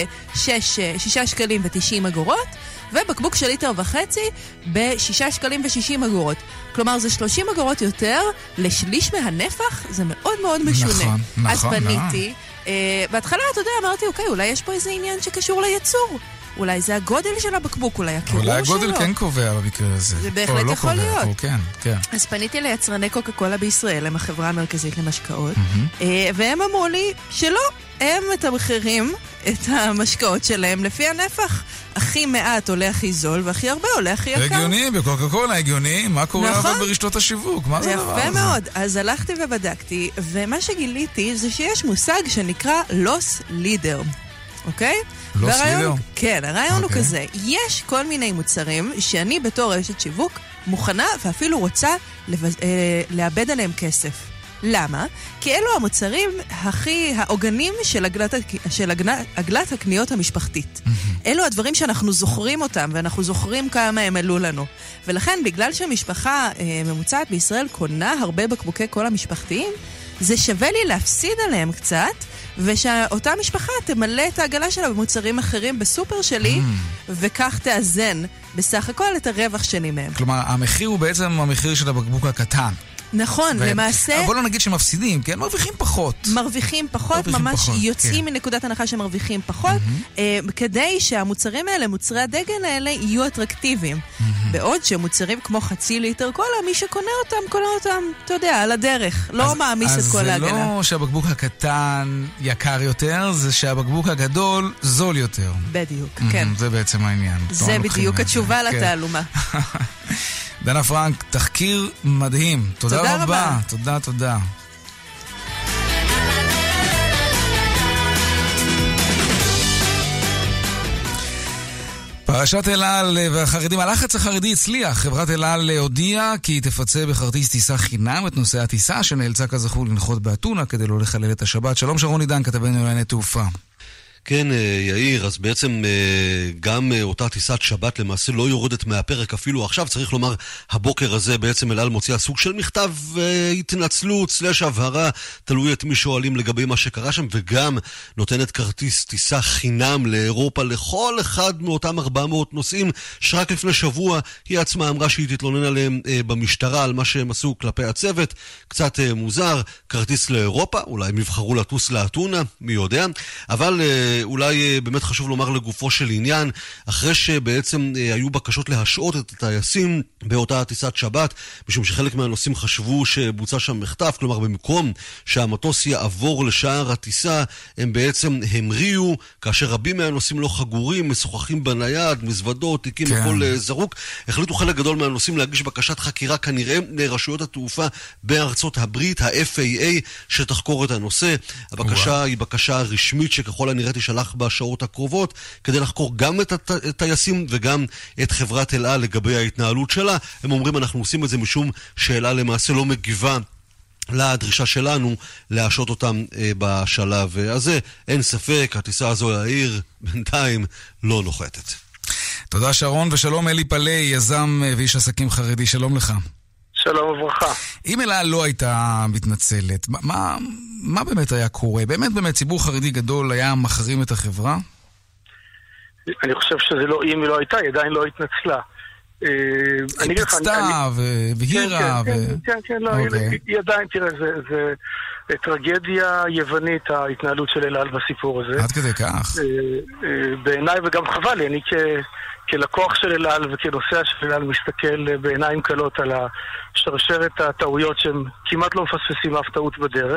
בשישה שקלים ותשעים אגורות, ובקבוק של ליטר וחצי בשישה שקלים ושישים אגורות. כלומר, זה שלושים אגורות יותר, לשליש מהנפח, זה מאוד מאוד משונה. נכון, נכון. אז פניתי, אה, בהתחלה, אתה יודע, אמרתי, אוקיי, אולי יש פה איזה עניין שקשור ליצור. אולי זה הגודל של הבקבוק, אולי הקירור שלו. אולי הגודל כן קובע במקרה הזה. זה בהחלט יכול לא להיות. פה, כן, כן. אז פניתי ליצרני קוקה קולה בישראל, הם החברה המרכזית למשקאות, mm-hmm. אה, והם אמרו לי שלא, הם מתמחרים את המשקאות שלהם לפי הנפח. הכי מעט עולה הכי זול, והכי הרבה עולה הכי יקר. הגיוני, בקוקה קולה הגיוני. מה קורה נכון? אבל ברשתות השיווק? מה זה הדבר הזה? יפה מאוד. אז הלכתי ובדקתי, ומה שגיליתי זה שיש מושג שנקרא לוס לידר. אוקיי? לוס לידר? כן, הרעיון okay. הוא כזה. יש כל מיני מוצרים שאני בתור רשת שיווק מוכנה ואפילו רוצה לבז... אה, לאבד עליהם כסף. למה? כי אלו המוצרים הכי העוגנים של עגלת, של עגלת הקניות המשפחתית. Mm-hmm. אלו הדברים שאנחנו זוכרים אותם, ואנחנו זוכרים כמה הם עלו לנו. ולכן, בגלל שהמשפחה אה, ממוצעת בישראל קונה הרבה בקבוקי קולה משפחתיים, זה שווה לי להפסיד עליהם קצת, ושאותה משפחה תמלא את העגלה שלה במוצרים אחרים בסופר שלי, mm. וכך תאזן בסך הכל את הרווח שלי מהם. כלומר, המחיר הוא בעצם המחיר של הבקבוק הקטן. נכון, ו... למעשה... בוא לא נגיד שמפסידים, כן? מרוויחים פחות. מרוויחים פחות, מרוויחים ממש פחות, יוצאים כן. מנקודת הנחה שמרוויחים פחות, mm-hmm. אה, כדי שהמוצרים האלה, מוצרי הדגן האלה, יהיו אטרקטיביים. Mm-hmm. בעוד שמוצרים כמו חצי ליטר קולה, מי שקונה אותם, קונה אותם, אתה יודע, על הדרך. לא אז, מעמיס אז את כל ההגנה. אז זה לא שהבקבוק הקטן יקר יותר, זה שהבקבוק הגדול זול יותר. בדיוק, mm-hmm, כן. זה בעצם העניין. זה בדיוק התשובה כן. לתעלומה. דנה פרנק, תחקיר מדהים. תודה, תודה רבה. רבה. תודה, תודה. פרשת אלעל והחרדים, הלחץ החרדי הצליח. חברת אלעל הודיעה כי היא תפצה בכרטיס טיסה חינם את נושאי הטיסה שנאלצה כזכור לנחות באתונה כדי לא לחלל את השבת. שלום שרון עידן, כתבנו לענייני תעופה. כן, יאיר, אז בעצם גם אותה טיסת שבת למעשה לא יורדת מהפרק אפילו עכשיו, צריך לומר, הבוקר הזה בעצם אל על מוציאה סוג של מכתב התנצלות, סלש הבהרה, תלוי את מי שואלים לגבי מה שקרה שם, וגם נותנת כרטיס טיסה חינם לאירופה לכל אחד מאותם ארבע מאות נוסעים, שרק לפני שבוע היא עצמה אמרה שהיא תתלונן עליהם במשטרה על מה שהם עשו כלפי הצוות, קצת מוזר, כרטיס לאירופה, אולי הם יבחרו לטוס לאתונה, מי יודע, אבל אולי באמת חשוב לומר לגופו של עניין, אחרי שבעצם היו בקשות להשעות את הטייסים באותה טיסת שבת, משום שחלק מהנוסעים חשבו שבוצע שם מחטף, כלומר במקום שהמטוס יעבור לשער הטיסה, הם בעצם המריאו, כאשר רבים מהנוסעים לא חגורים, משוחחים בנייד, מזוודות, תיקים, כן. הכל זרוק, החליטו חלק גדול מהנוסעים להגיש בקשת חקירה כנראה לרשויות התעופה בארצות הברית, ה-אף איי איי, שתחקור את הנושא. הבקשה וואו. היא בקשה רשמית שככל הנראה תשלח בשעות הקרובות, כדי לחקור גם את הטייסים וגם את חברת אל על לגבי ההתנהלות שלה. הם אומרים אנחנו עושים את זה משום שאלה למעשה לא מגיבה לדרישה שלנו להשעות אותם אה, בשלב הזה. אין ספק, הטיסה הזו העיר בינתיים לא נוחתת. תודה שרון, ושלום אלי פלי, יזם ואיש עסקים חרדי, שלום לך. שלום וברכה. אם אל על לא הייתה מתנצלת, מה, מה, מה באמת היה קורה? באמת באמת ציבור חרדי גדול היה מחרים את החברה? אני חושב שזה לא, אם היא לא הייתה, היא עדיין לא התנצלה. היא פצתה והירה. כן, כן, לא, היא עדיין, תראה, זה טרגדיה יוונית, ההתנהלות של אל על בסיפור הזה. עד כדי כך. בעיניי, וגם חבל לי, אני כלקוח של אל על וכנוסע של אל על מסתכל בעיניים קלות על השרשרת הטעויות שהם כמעט לא מפספסים אף טעות בדרך.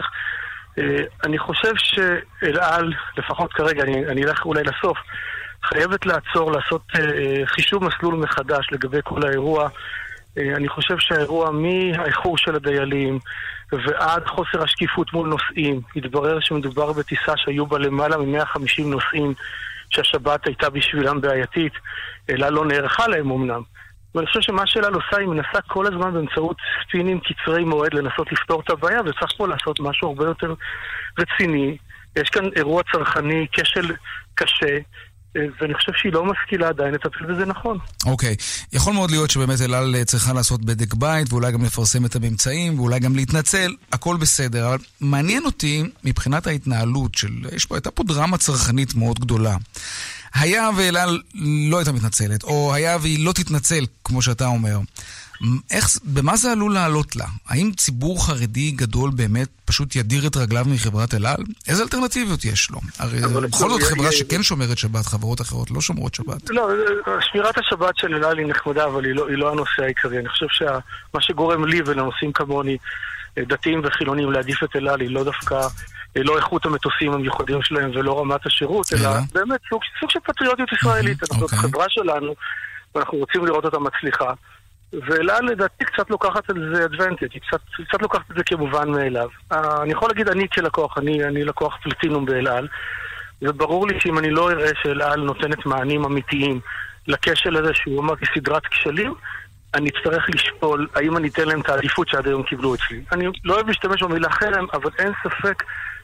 אני חושב שאל על, לפחות כרגע, אני אלך אולי לסוף, חייבת לעצור, לעשות אה, חישוב מסלול מחדש לגבי כל האירוע. אה, אני חושב שהאירוע מהאיחור של הדיילים ועד חוסר השקיפות מול נוסעים, התברר שמדובר בטיסה שהיו בה למעלה מ-מאה וחמישים נוסעים שהשבת הייתה בשבילם בעייתית, אלא לא נערכה להם אמנם. ואני חושב שמה שאל על עושה היא מנסה כל הזמן באמצעות ספינים קצרי מועד לנסות לפתור את הבעיה, וצריך פה לעשות משהו הרבה יותר רציני. יש כאן אירוע צרכני, כשל קשה, ואני חושב שהיא לא משכילה עדיין לטפל בזה נכון. אוקיי. יכול מאוד להיות שבאמת אל על צריכה לעשות בדק בית, ואולי גם לפרסם את הממצאים, ואולי גם להתנצל, הכל בסדר. אבל מעניין אותי מבחינת ההתנהלות של, יש פה, הייתה פה דרמה צרכנית מאוד גדולה. היה ואל על לא הייתה מתנצלת, או היה והיא לא תתנצל, כמו שאתה אומר. איך, במה זה עלול לעלות לה? האם ציבור חרדי גדול באמת פשוט ידיר את רגליו מחברת אל על? איזה אלטרנטיביות יש לו? הרי בכל זאת חברה שכן שומרת שבת, חברות אחרות לא שומרות שבת. לא, שמירת השבת של אל על היא נחמדה, אבל היא לא, היא לא הנושא העיקרי. אני חושב שמה שגורם לי ולנושאים כמוני, דתיים וחילונים, להעדיף את אל על, היא לא דווקא, לא איכות המטוסים המיוחדים שלהם ולא רמת השירות, אלא באמת סוג, סוג של פטריוטיות ישראלית. אנחנו חברה שלנו, ואנחנו רוצים לראות אותה מצליחה. ואל על לדעתי קצת לוקחת על זה אדוונטג', היא קצת, קצת לוקחת את זה כמובן מאליו. אני יכול להגיד, אני כלקוח, אני, אני לקוח פלטינום באל על, וברור לי שאם אני לא אראה שאל על נותנת מענים אמיתיים לכשל הזה שהוא אמר כסדרת כשלים, אני אצטרך לשפול האם אני אתן להם את העדיפות שעד היום קיבלו אצלי. אני לא אוהב להשתמש במילה חרם, אבל אין ספק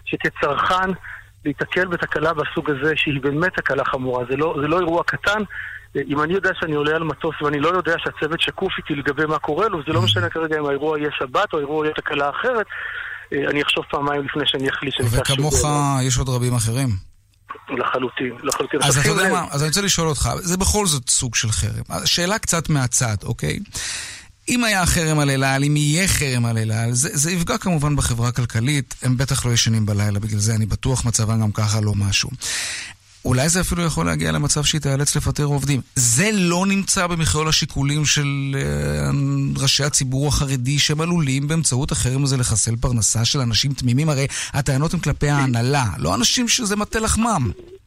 שכצרכן להתקל בתקלה בסוג הזה שהיא באמת תקלה חמורה. זה לא, זה לא אירוע קטן. אם אני יודע שאני עולה על מטוס ואני לא יודע שהצוות שקוף איתי לגבי מה קורה לו, זה לא משנה כרגע אם האירוע יהיה שבת או האירוע יהיה תקלה אחרת, אני אחשוב פעמיים לפני שאני אחליט שאני תחשוב. וכמוך יש עוד רבים אחרים? לחלוטין, לחלוטין. אז אתה יודע מה, אז אני רוצה לשאול אותך, זה בכל זאת סוג של חרם. שאלה קצת מהצד, אוקיי? אם היה חרם על אל על, אם יהיה חרם על אל על, זה, זה יפגע כמובן בחברה הכלכלית, הם בטח לא ישנים בלילה, בגלל זה אני בטוח מצבן גם ככה לא משהו. אולי זה אפילו יכול להגיע למצב שהיא תיאלץ לפטר עובדים. זה לא נמצא במכלול השיקולים של uh, ראשי הציבור החרדי שהם עלולים באמצעות החרם הזה לחסל פרנסה של אנשים תמימים. הרי הטענות הן כלפי ההנהלה, לא אנשים שזה מטה לחמם.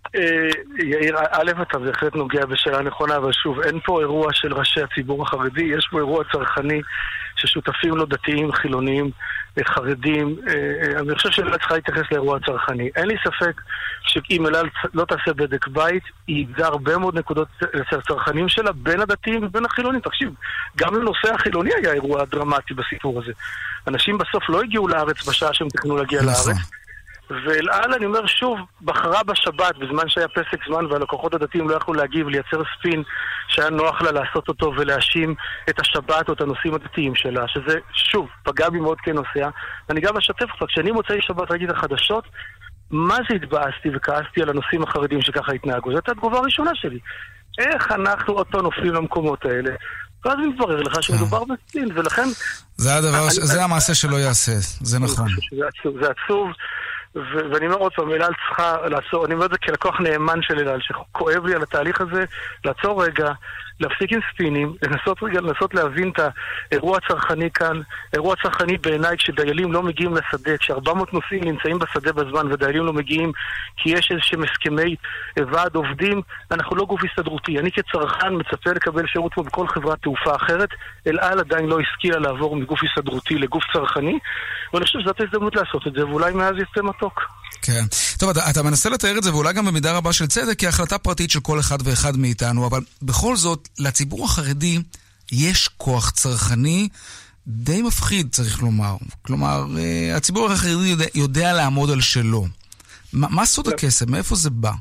יאיר, א', אתה בהחלט נוגע בשאלה נכונה, אבל שוב, אין פה אירוע של ראשי הציבור החרדי, יש פה אירוע צרכני ששותפים לו דתיים, חילוניים, חרדים. אני חושב שאלה צריכה להתייחס לאירוע צרכני. אין לי ספק שאם אל על לא תעשה בדק בית, היא יגזר הרבה מאוד נקודות אצל הצרכנים שלה בין הדתיים ובין החילונים. תקשיב, גם לנושא החילוני היה אירוע דרמטי בסיפור הזה. אנשים בסוף לא הגיעו לארץ בשעה שהם תכנו להגיע לארץ. ואל על, אני אומר שוב, בחרה בשבת, בזמן שהיה פסק זמן והלקוחות הדתיים לא יכלו להגיב, לייצר ספין שהיה נוח לה לעשות אותו ולהאשים את השבת או את הנושאים הדתיים שלה, שזה, שוב, פגע בי מאוד כנוסע. אני גם אשתף אותך, כשאני מוצאי שבת ראיתי את החדשות, מה זה התבאסתי וכעסתי על הנושאים החרדים שככה התנהגו? זאת התגובה הראשונה שלי. איך אנחנו עוד פעם נופלים למקומות האלה? ואז מתברר לך שמדובר בספין, ולכן... זה הדבר, זה המעשה שלא יעשה, זה נכון. זה עצוב. ואני אומר עוד פעם, אל על צריכה לעצור, אני אומר את זה כלקוח נאמן של אל על, שכואב לי על התהליך הזה, לעצור רגע, להפסיק עם ספינים, לנסות רגע, לנסות להבין את האירוע הצרכני כאן, אירוע צרכני בעיניי כשדיילים לא מגיעים לשדה, כש-ארבע מאות נוסעים נמצאים בשדה בזמן ודיילים לא מגיעים כי יש איזשהם הסכמי ועד עובדים, אנחנו לא גוף הסתדרותי. אני כצרכן מצפה לקבל שירות פה בכל חברת תעופה אחרת, אל על עדיין לא השכילה לעבור מגוף הסתדרותי לגוף צרכני, ואני חושב שזאת הזדמנות לעשות את זה, ואולי מאז יצא מתוק. כן. טוב, אתה, אתה מנסה לתאר את זה, ואולי גם במידה רבה של צדק, כי החלטה פרטית של כל אחד ואחד מאיתנו, אבל בכל זאת, לציבור החרדי יש כוח צרכני די מפחיד, צריך לומר. כלומר, הציבור החרדי יודע, יודע לעמוד על שלו. מה, מה סוד הכסף? מאיפה זה בא?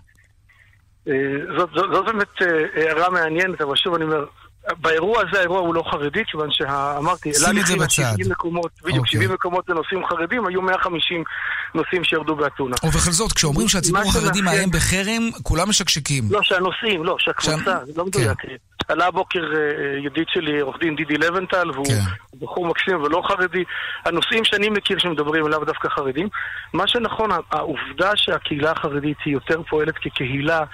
זאת, זאת, זאת באמת הערה מעניינת, אבל שוב אני אומר, באירוע הזה, האירוע הוא לא חרדי, כיוון שאמרתי, שים את זה בצד. מקומות, בדיוק, שבעים מקומות זה נושאים חרדים, היו מאה וחמישים נושאים שירדו באתונה. ובכל זאת, כשאומרים שהציבור החרדי מאיים בחרם, כולם משקשקים. לא, שהנושאים, לא, שהקבוצה, זה לא מדויק. עלה הבוקר ידיד שלי, עורך דין דידי לבנטל, והוא בחור מקסים ולא חרדי. הנושאים שאני מכיר שמדברים עליו דווקא חרדים. מה שנכון, העובדה שהקהילה החרדית היא יותר פועלת כקהילה,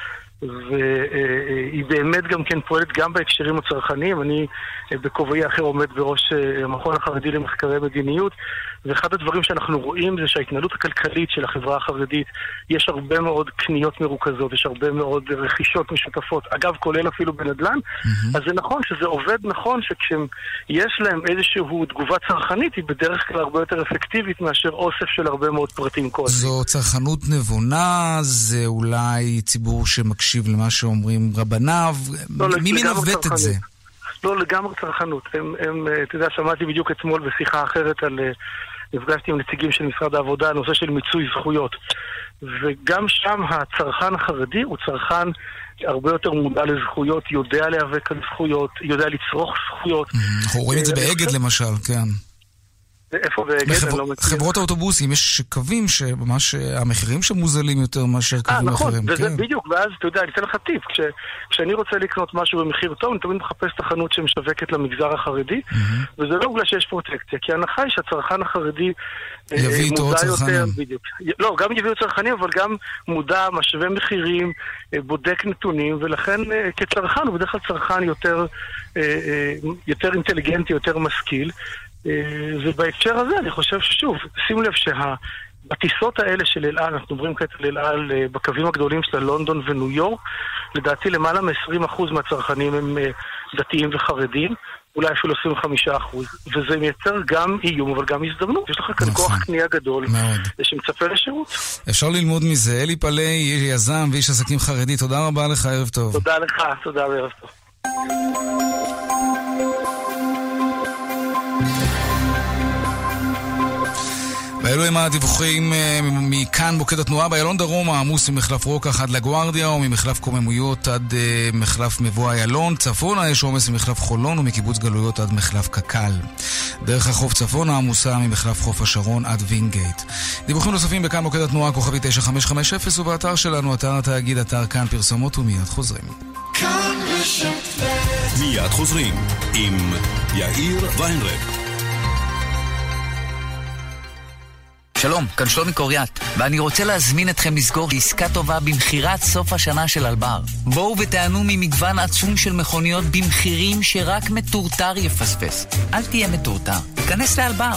והיא באמת גם כן פועלת גם בהקשרים הצרכניים. אני בכובעי האחר עומד בראש המכון החרדי למחקרי מדיניות, ואחד הדברים שאנחנו רואים זה שההתנהלות הכלכלית של החברה החרדית, יש הרבה מאוד קניות מרוכזות, יש הרבה מאוד רכישות משותפות, אגב כולל אפילו בנדל"ן, mm-hmm. אז זה נכון שזה עובד נכון שכשיש להם איזושהי תגובה צרכנית, היא בדרך כלל הרבה יותר אפקטיבית מאשר אוסף של הרבה מאוד פרטים כואבים. זו צרכנות נבונה, זה אולי ציבור שמקשיב למה שאומרים רבניו, לא, מי מנווט את זה? לא, לגמרי צרכנות. הם, הם, אתה יודע, שמעתי בדיוק אתמול בשיחה אחרת על, נפגשתי עם נציגים של משרד העבודה, הנושא של מיצוי זכויות. וגם שם הצרכן החרדי הוא צרכן הרבה יותר מודע לזכויות, יודע להיאבק על זכויות, יודע לצרוך זכויות. אנחנו רואים את זה באגד למשל, כן. איפה באגד? אני לא מכיר. חברות האוטובוסים, יש קווים שממש המחירים שמוזלים יותר מאשר קווים אחרים. נכון, וזה בדיוק, ואז אתה יודע, אני אתן לך טיפ, כשאני רוצה לקנות משהו במחיר טוב, אני תמיד מחפש את החנות שמשווקת למגזר החרדי, וזה לא בגלל שיש פרוטקציה, כי ההנחה היא שהצרכן החרדי יביא איתו צרכנים. לא, גם יביאו צרכנים, אבל גם מודע, משווה מחירים, בודק נתונים, ולכן כצרכן הוא בדרך כלל צרכן יותר אינטליגנטי, יותר משכיל. ובהקשר הזה אני חושב ששוב, שימו לב שבטיסות האלה של אל על, אנחנו מדברים כעת על אל על בקווים הגדולים של לונדון וניו יורק, לדעתי למעלה מ-עשרים אחוז מהצרכנים הם דתיים וחרדים, אולי אפילו עשרים וחמישה אחוז, וזה מייצר גם איום אבל גם הזדמנות. יש לך כאן כוח קנייה גדול שמצפה לשירות. אפשר ללמוד מזה. אלי פלאי, יזם ואיש עסקים חרדי, תודה רבה לך, ערב טוב. תודה לך, תודה וערב טוב. ואלו הם הדיווחים מכאן מוקד התנועה. באיילון דרום העמוס ממחלף רוקח עד לגוארדיה, או ממחלף קוממויות עד מחלף מבוא איילון. צפונה יש עומס ממחלף חולון ומקיבוץ גלויות עד מחלף קקל. דרך החוף צפונה עמוסה ממחלף חוף השרון עד וינגייט. דיווחים נוספים בכאן מוקד התנועה כוכבי תשע חמש חמש אפס, ובאתר שלנו, אתר התאגיד, אתר כאן פרסומות, ומיד חוזרים. מיד חוזרים עם יאיר ויינרב. שלום, כאן שלומי קוריאט, ואני רוצה להזמין אתכם לסגור עסקה טובה במחירת סוף השנה של אלבר. בואו ותענו ממגוון עצום של מכוניות במחירים שרק מטורטר יפספס. אל תהיה מטורטר, תיכנס לאלבר.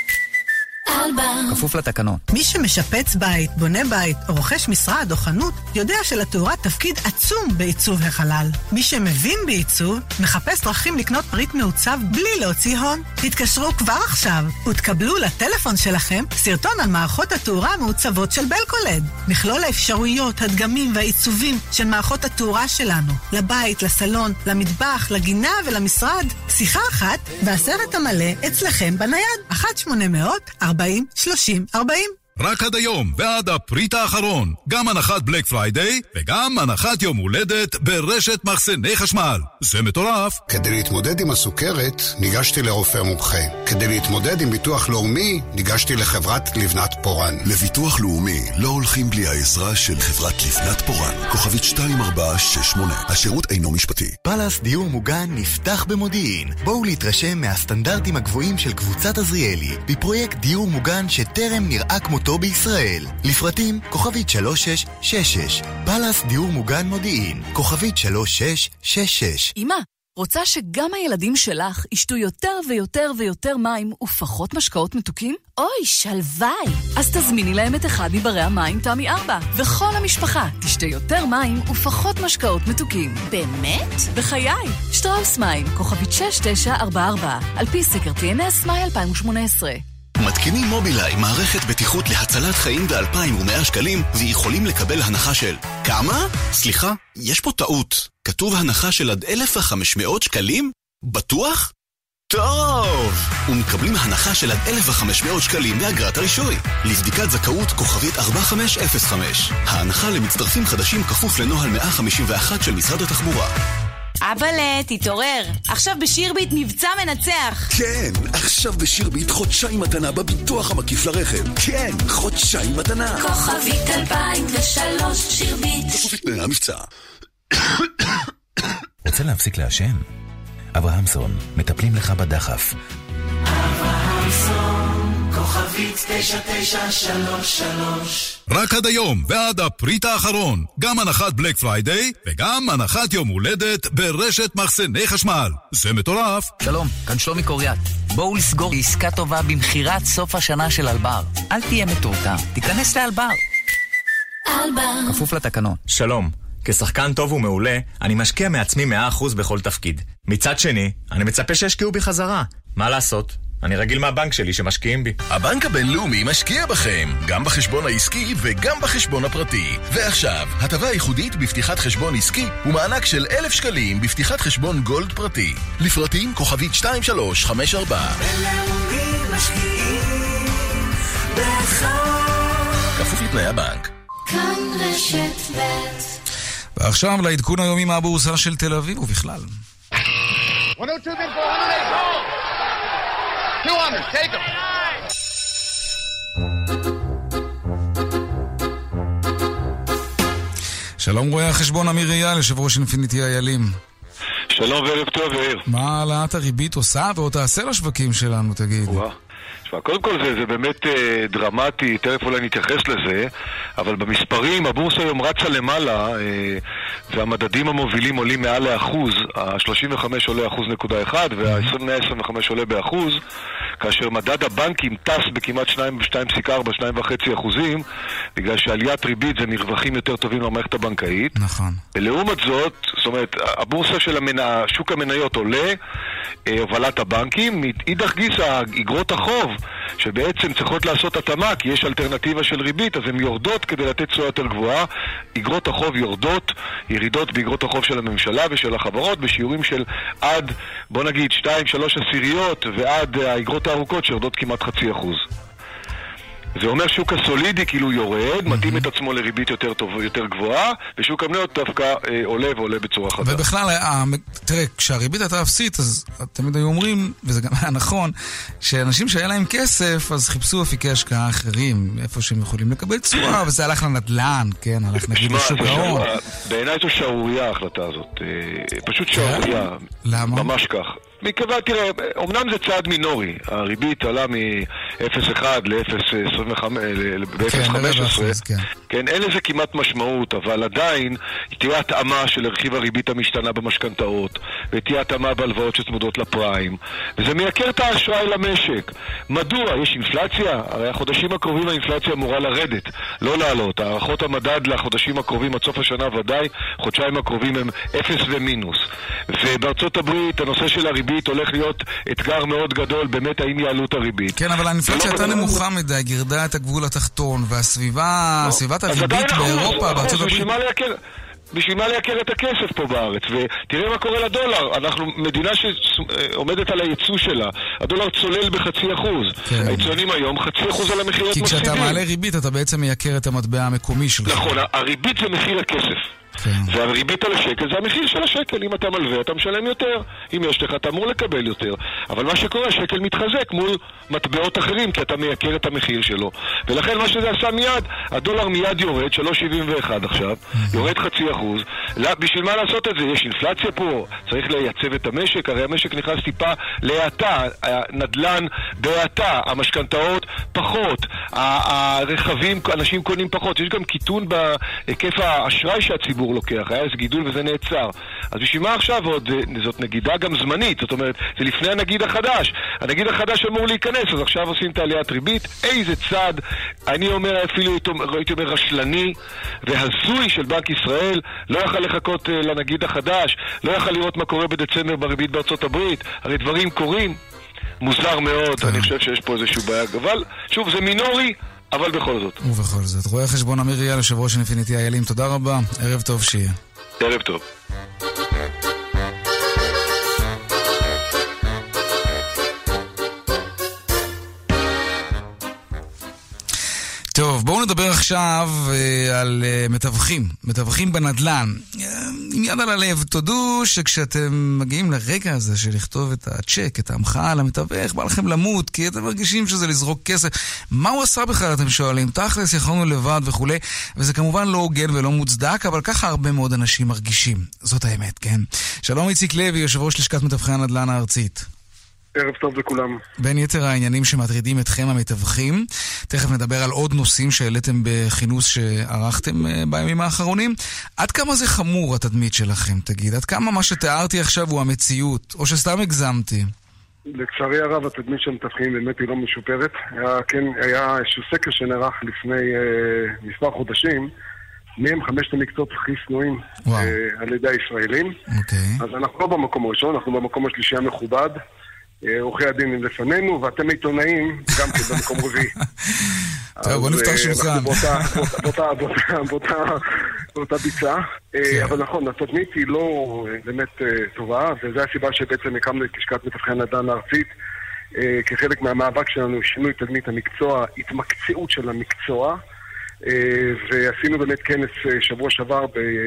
כפוף לתקנות. מי שמשפץ בית, בונה בית, או רוכש משרד או חנות, יודע שלתאורה תפקיד עצום בעיצוב החלל. מי שמבין בעיצוב, מחפש דרכים לקנות פריט מעוצב בלי להוציא הון. תתקשרו כבר עכשיו, ותקבלו לטלפון שלכם סרטון על מערכות התאורה המעוצבות של בלקולד. מכלול האפשרויות, הדגמים והעיצובים של מערכות התאורה שלנו. לבית, לסלון, למטבח, לגינה ולמשרד. שיחה אחת, והסרט המלא אצלכם בנייד. אחת שמונה מאות ארבעים שלושים ארבעים. רק עד היום ועד הפריט האחרון. גם הנחת בלק פריידיי וגם הנחת יום הולדת ברשת מחסני חשמל. זה מטורף. כדי להתמודד עם הסוכרת, ניגשתי לרופא מומחה. כדי להתמודד עם ביטוח לאומי, ניגשתי לחברת לבנת פורן. לביטוח לאומי לא הולכים בלי העזרה של חברת לבנת פורן. כוכבית שתיים ארבע שש שמונה. השירות אינו משפטי. פלאס דיור מוגן נפתח במודיעין. בואו להתרשם מהסטנדרטים הגבוהים של קבוצת עזריאלי בפרויקט דיור מוגן שטרם נראה כמותו בישראל. לפרטים כוכבית שלוש שש שש שש. פלאס דיור מוגן מודיעין. כוכבית שלוש שש שש שש. אמא, רוצה שגם הילדים שלך ישתו יותר ויותר ויותר מים ופחות משקאות מתוקים? אוי, שלווי! אז תזמיני להם את אחד מברי המים תמי ארבע, וכל המשפחה תשתה יותר מים ופחות משקאות מתוקים. באמת? בחיי! שטראוס מים, כוכבית שש תשע ארבע ארבע, על פי סקר טי אן אס מאי אלפיים ושמונה עשרה. מתקינים מובילאיי מערכת בטיחות להצלת חיים ב-אלפיים ומאה שקלים ויכולים לקבל הנחה של כמה? סליחה, יש פה טעות. כתוב הנחה של עד אלף וחמש מאות שקלים? בטוח? טוב! ומקבלים הנחה של עד אלף וחמש מאות שקלים באגרת הרישוי. לבדיקת זכאות כוכבית ארבע חמש אפס חמש. ההנחה למצטרפים חדשים כפוף לנוהל מאה חמישים ואחת של משרד התחבורה. אבאלה, תתעורר. עכשיו בשירביט מבצע מנצח. כן, עכשיו בשירביט חודשיים מתנה בביטוח המקיף לרכב. כן, חודשיים מתנה. כוכבית אלפיים ושלוש שירביט. כפוף לתנאי המבצע. רוצה להפסיק לעשן? אברהמסון, מטפלים לך בדחף. אברהמסון, כוכבית תשע תשע שלוש שלוש. רק עד היום ועד הפריט האחרון. גם הנחת בלק פריידיי וגם הנחת יום הולדת ברשת מחסני חשמל. זה מטורף. שלום, כאן שלומי קוריאט. בואו לסגור עסקה טובה במחירת סוף השנה של אלבר. אל תהיה מטורטה, תיכנס לאלבר. אלבר. כפוף לתקנון. שלום. כשחקן טוב ומעולה, אני משקיע מעצמי מאה אחוז בכל תפקיד. מצד שני, אני מצפה שישקיעו בי חזרה. מה לעשות? אני רגיל מהבנק שלי שמשקיעים בי. הבנק הבינלאומי משקיע בכם, גם בחשבון העסקי וגם בחשבון הפרטי. ועכשיו, הטבה ייחודית בפתיחת חשבון עסקי ומענק של אלף שקלים בפתיחת חשבון גולד פרטי. לפרטים כוכבית שתיים שלוש חמש ארבע. בינלאומי משקיעים בך. כפוף לתנאי הבנק. כאן רשת ב'. ועכשיו לעדכון היומי מהבורסה של תל אביב ובכלל. שלום רואה החשבון אמיר אייל, יושב ראש אינפיניטי איילים. שלום וערב טוב יאיר. מה העלאת הריבית עושה ועוד תעשה לשווקים שלנו, תגיד? וואו. קודם כל זה, זה באמת אה, דרמטי, תכף אולי נתייחס לזה, אבל במספרים הבורסה היום רצה למעלה אה, והמדדים המובילים עולים מעל לאחוז, ה-שלושים וחמש עולה אחוז נקודה אחד וה-מאה עשרים וחמש עולה באחוז, כאשר מדד הבנקים טס בכמעט שתיים נקודה ארבע, שתיים נקודה חמש אחוזים, בגלל שעליית ריבית זה מרווחים יותר טובים למערכת הבנקאית. נכון. ולעומת זאת, זאת אומרת, הבורסה של המנ... שוק המניות עולה, הובלת הבנקים, מאידך גיסא, אגרות החוב, שבעצם צריכות לעשות התאמה, כי יש אלטרנטיבה של ריבית, אז הן יורדות כדי לתת תשואה יותר גבוהה. אגרות החוב יורדות, ירידות באגרות החוב של הממשלה ושל החברות, בשיעורים של עד, בוא נגיד, שתיים שלוש עשיריות, ועד האגרות הארוכות שיורדות כמעט חצי אחוז. זה אומר שוק הסולידי כאילו יורד, מתאים את עצמו לריבית יותר טוב, יותר גבוהה, ושוק המניות דווקא אה, עולה ועולה בצורה חדה. ובכלל, אה, תראה, כשהריבית הייתה אפסית, אז תמיד היו אומרים, וזה גם היה נכון, שאנשים שהיה להם כסף, אז חיפשו אפיקי השקעה אחרים, איפה שהם יכולים לקבל תשואה, וזה הלך לנדל"ן, כן, הלך נגיד לשוק ההון. בעיניי זו שערוריה ההחלטה הזאת, פשוט שערוריה. למה? ממש כך. מכיוון, תראה, אמנם זה צעד מינורי, הריבית עלה מ-אפס נקודה אחת ל-אפס נקודה חמש עשרה, כן, אין לזה כמעט משמעות, אבל עדיין תהיה התאמה של רכיב הריבית המשתנה במשכנתאות, ותהיה התאמה בהלוואות שצמודות לפריים, וזה מייקר את האשראי למשק. מדוע? יש אינפלציה? הרי החודשים הקרובים האינפלציה אמורה לרדת, לא לעלות. הערכות המדד לחודשים הקרובים עד סוף השנה ודאי, חודשיים הקרובים הם אפס ומינוס. ובארצות הברית הנושא של הריבית הולך להיות אתגר מאוד גדול, באמת האם יעלו את הריבית. כן, אבל האינפלציה הייתה נמוכה מדי, גירדה את הגבול התחתון, והסביבה, סביבת הריבית באירופה, בארצות הברית. בשביל מה לייקר את הכסף פה בארץ? ותראה מה קורה לדולר. אנחנו מדינה שעומדת על הייצוא שלה. הדולר צולל בחצי אחוז. כן. היצואנים היום חצי אחוז על המחירות מפסידים. כי כשאתה מעלה ריבית, אתה בעצם מייקר את המטבע המקומי שלך. נכון, הריבית זה מחיר הכסף. כן. והריבית על השקל זה המחיר של השקל. אם אתה מלווה, אתה משלם יותר. אם יש לך, אתה אמור לקבל יותר. אבל מה שקורה, השקל מתחזק מול מטבעות אחרים, כי אתה מייקר את המחיר שלו. ולכן מה שזה עשה מיד, הדולר מיד יורד, שלוש נקודה שבעים ואחת עכשיו, יורד חצי אחוז. בשביל מה לעשות את זה? יש אינפלציה פה, צריך לייצב את המשק, הרי המשק נכנס טיפה להאטה, הנדלן בהאטה, המשכנתאות פחות, הרכבים, אנשים קונים פחות, יש גם קיטון בהיקף האשראי שהציבור לוקח, היה איזה גידול וזה נעצר. אז בשביל מה עכשיו עוד, זאת נגידה גם זמנית, זאת אומרת, זה לפני הנגיד החדש. הנגיד החדש אמור להיכנס, אז עכשיו עושים את העליית ריבית, איזה צעד, אני אומר אפילו, ראיתי אומר רשלני והזוי של בנק ישראל, לא יכל לחכות לנגיד החדש, לא יכל לראות מה קורה בדצמבר בריבית בארצות הברית, הרי דברים קורים, מוזר מאוד, אני חושב שיש פה איזשהו בעיה, אבל שוב, זה מינורי, אבל בכל זאת. ובכל זאת. רואה חשבון אמיר אייל, יושב ראש אינפיניטי איילים, תודה רבה, ערב טוב שיהיה. ערב טוב. טוב, בואו נדבר עכשיו אה, על אה, מתווכים, מתווכים בנדלן. אה, עם יד על הלב, תודו שכשאתם מגיעים לרגע הזה של לכתוב את הצ'ק, את ההמחאה על המתווך, בא לכם למות, כי אתם מרגישים שזה לזרוק כסף. מה הוא עשה בכלל, אתם שואלים? תכלס, יכולנו לבד וכו', וזה כמובן לא הוגן ולא מוצדק, אבל ככה הרבה מאוד אנשים מרגישים. זאת האמת, כן? שלום איציק לוי, יושב ראש לשכת מתווכי הנדלן הארצית. ערב טוב לכולם. בין יתר העניינים שמטרידים אתכם המתווכים, תכף נדבר על עוד נושאים שהעליתם בכינוס שערכתם בימים האחרונים. עד כמה זה חמור התדמית שלכם, תגיד? עד כמה מה שתיארתי עכשיו הוא המציאות, או שסתם הגזמתי? לצערי הרב, התדמית של המתווכים באמת היא לא משופרת. היה, כן, היה איזשהו סקר שנערך לפני אה, מספר חודשים, מהם חמשת המקצועות הכי שנואים אה, על ידי הישראלים. אוקיי. אז אנחנו לא במקום הראשון, אנחנו במקום השלישי המכובד. עורכי הדין הם לפנינו, ואתם עיתונאים גם כן במקום רביעי. טוב, בוא נפתח שולחן. באותה ביצה. אבל נכון, התדמית היא לא באמת טובה, וזו הסיבה שבעצם הקמנו את לשכת מתווכי הנדל"ן הארצית, כחלק מהמאבק שלנו, שינוי תדמית המקצוע, התמקצעות של המקצוע, ועשינו באמת כנס שבוע שעבר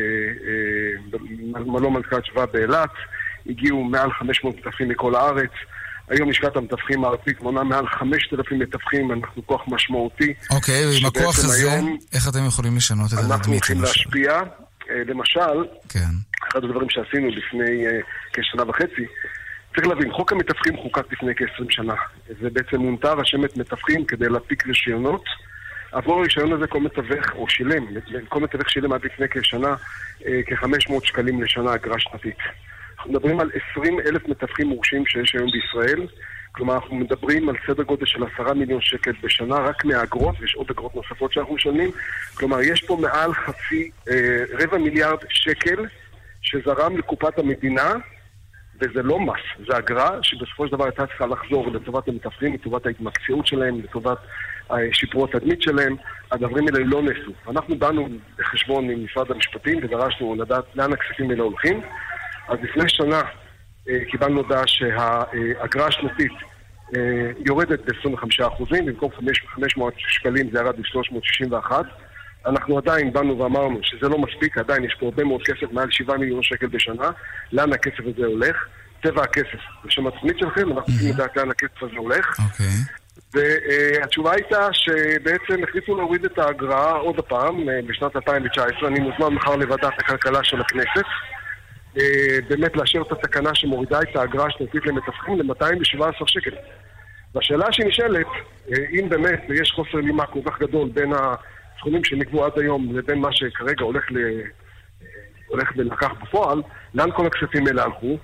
במלון מלכת שבא באילת, הגיעו מעל חמש מאות מתווכים מכל הארץ. היום לשכת המתווכים הארצית מונה מעל חמשת אלפים מתווכים, אנחנו כוח משמעותי. אוקיי, ועם הכוח הזה, איך אתם יכולים לשנות את התדמית? אנחנו הולכים להשפיע. למשל, כן. אחד הדברים שעשינו לפני כשנה וחצי, צריך להבין, חוק המתווכים חוקק לפני כ-עשרים שנה. זה בעצם מונתה רשמת מתווכים כדי להפיק רישיונות. עבור הרישיון הזה כל מתווך, או שילם, כל מתווך שילם עד לפני כשנה, כ-חמש מאות שקלים לשנה אגרה שנתית. אנחנו מדברים על עשרים אלף מתווכים מורשים שיש היום בישראל, כלומר אנחנו מדברים על סדר גודל של עשרה מיליון שקל בשנה רק מהאגרות, ויש עוד אגרות נוספות שאנחנו משלמים, כלומר יש פה מעל חצי, אה, רבע מיליארד שקל שזרם לקופת המדינה, וזה לא מס, זה אגרה שבסופו של דבר הייתה צריכה לחזור לטובת המתווכים, לטובת ההתמקצעות שלהם, לטובת שיפור התדמית שלהם. הדברים האלה לא נעשו. אנחנו באנו בחשבון עם משרד המשפטים ודרשנו לדעת לאן הכספים האלה הולכים. אז לפני שנה אה, קיבלנו הודעה שהאגרה השנתית אה, יורדת ב-עשרים וחמישה אחוזים, במקום חמש מאות שקלים זה ירד ב-שלוש מאות שישים ואחת. אנחנו עדיין באנו ואמרנו שזה לא מספיק, עדיין יש פה הרבה מאוד כסף, מעל שבעה מיליון שקל בשנה. לאן הכסף הזה הולך? טבע הכסף. בשם התוכנית שלכם, אנחנו צריכים לדעת לאן הכסף הזה הולך. אוקיי. והתשובה הייתה שבעצם החליטו להוריד את האגרה עוד הפעם בשנת אלפיים תשע עשרה. אני מוזמן מחר לוועדת הכלכלה של הכנסת. באמת לאשר את התקנה שמורידה את האגרה השנתית למתווכים ל-מאתיים ושבעה עשר שקל. והשאלה שנשאלת, אם באמת יש חוסר לימה כל כך גדול בין הסכומים שנקבו עד היום לבין מה שכרגע הולך ל... הולך ולקח בפועל, לאן כל הכספים האלה הלכו?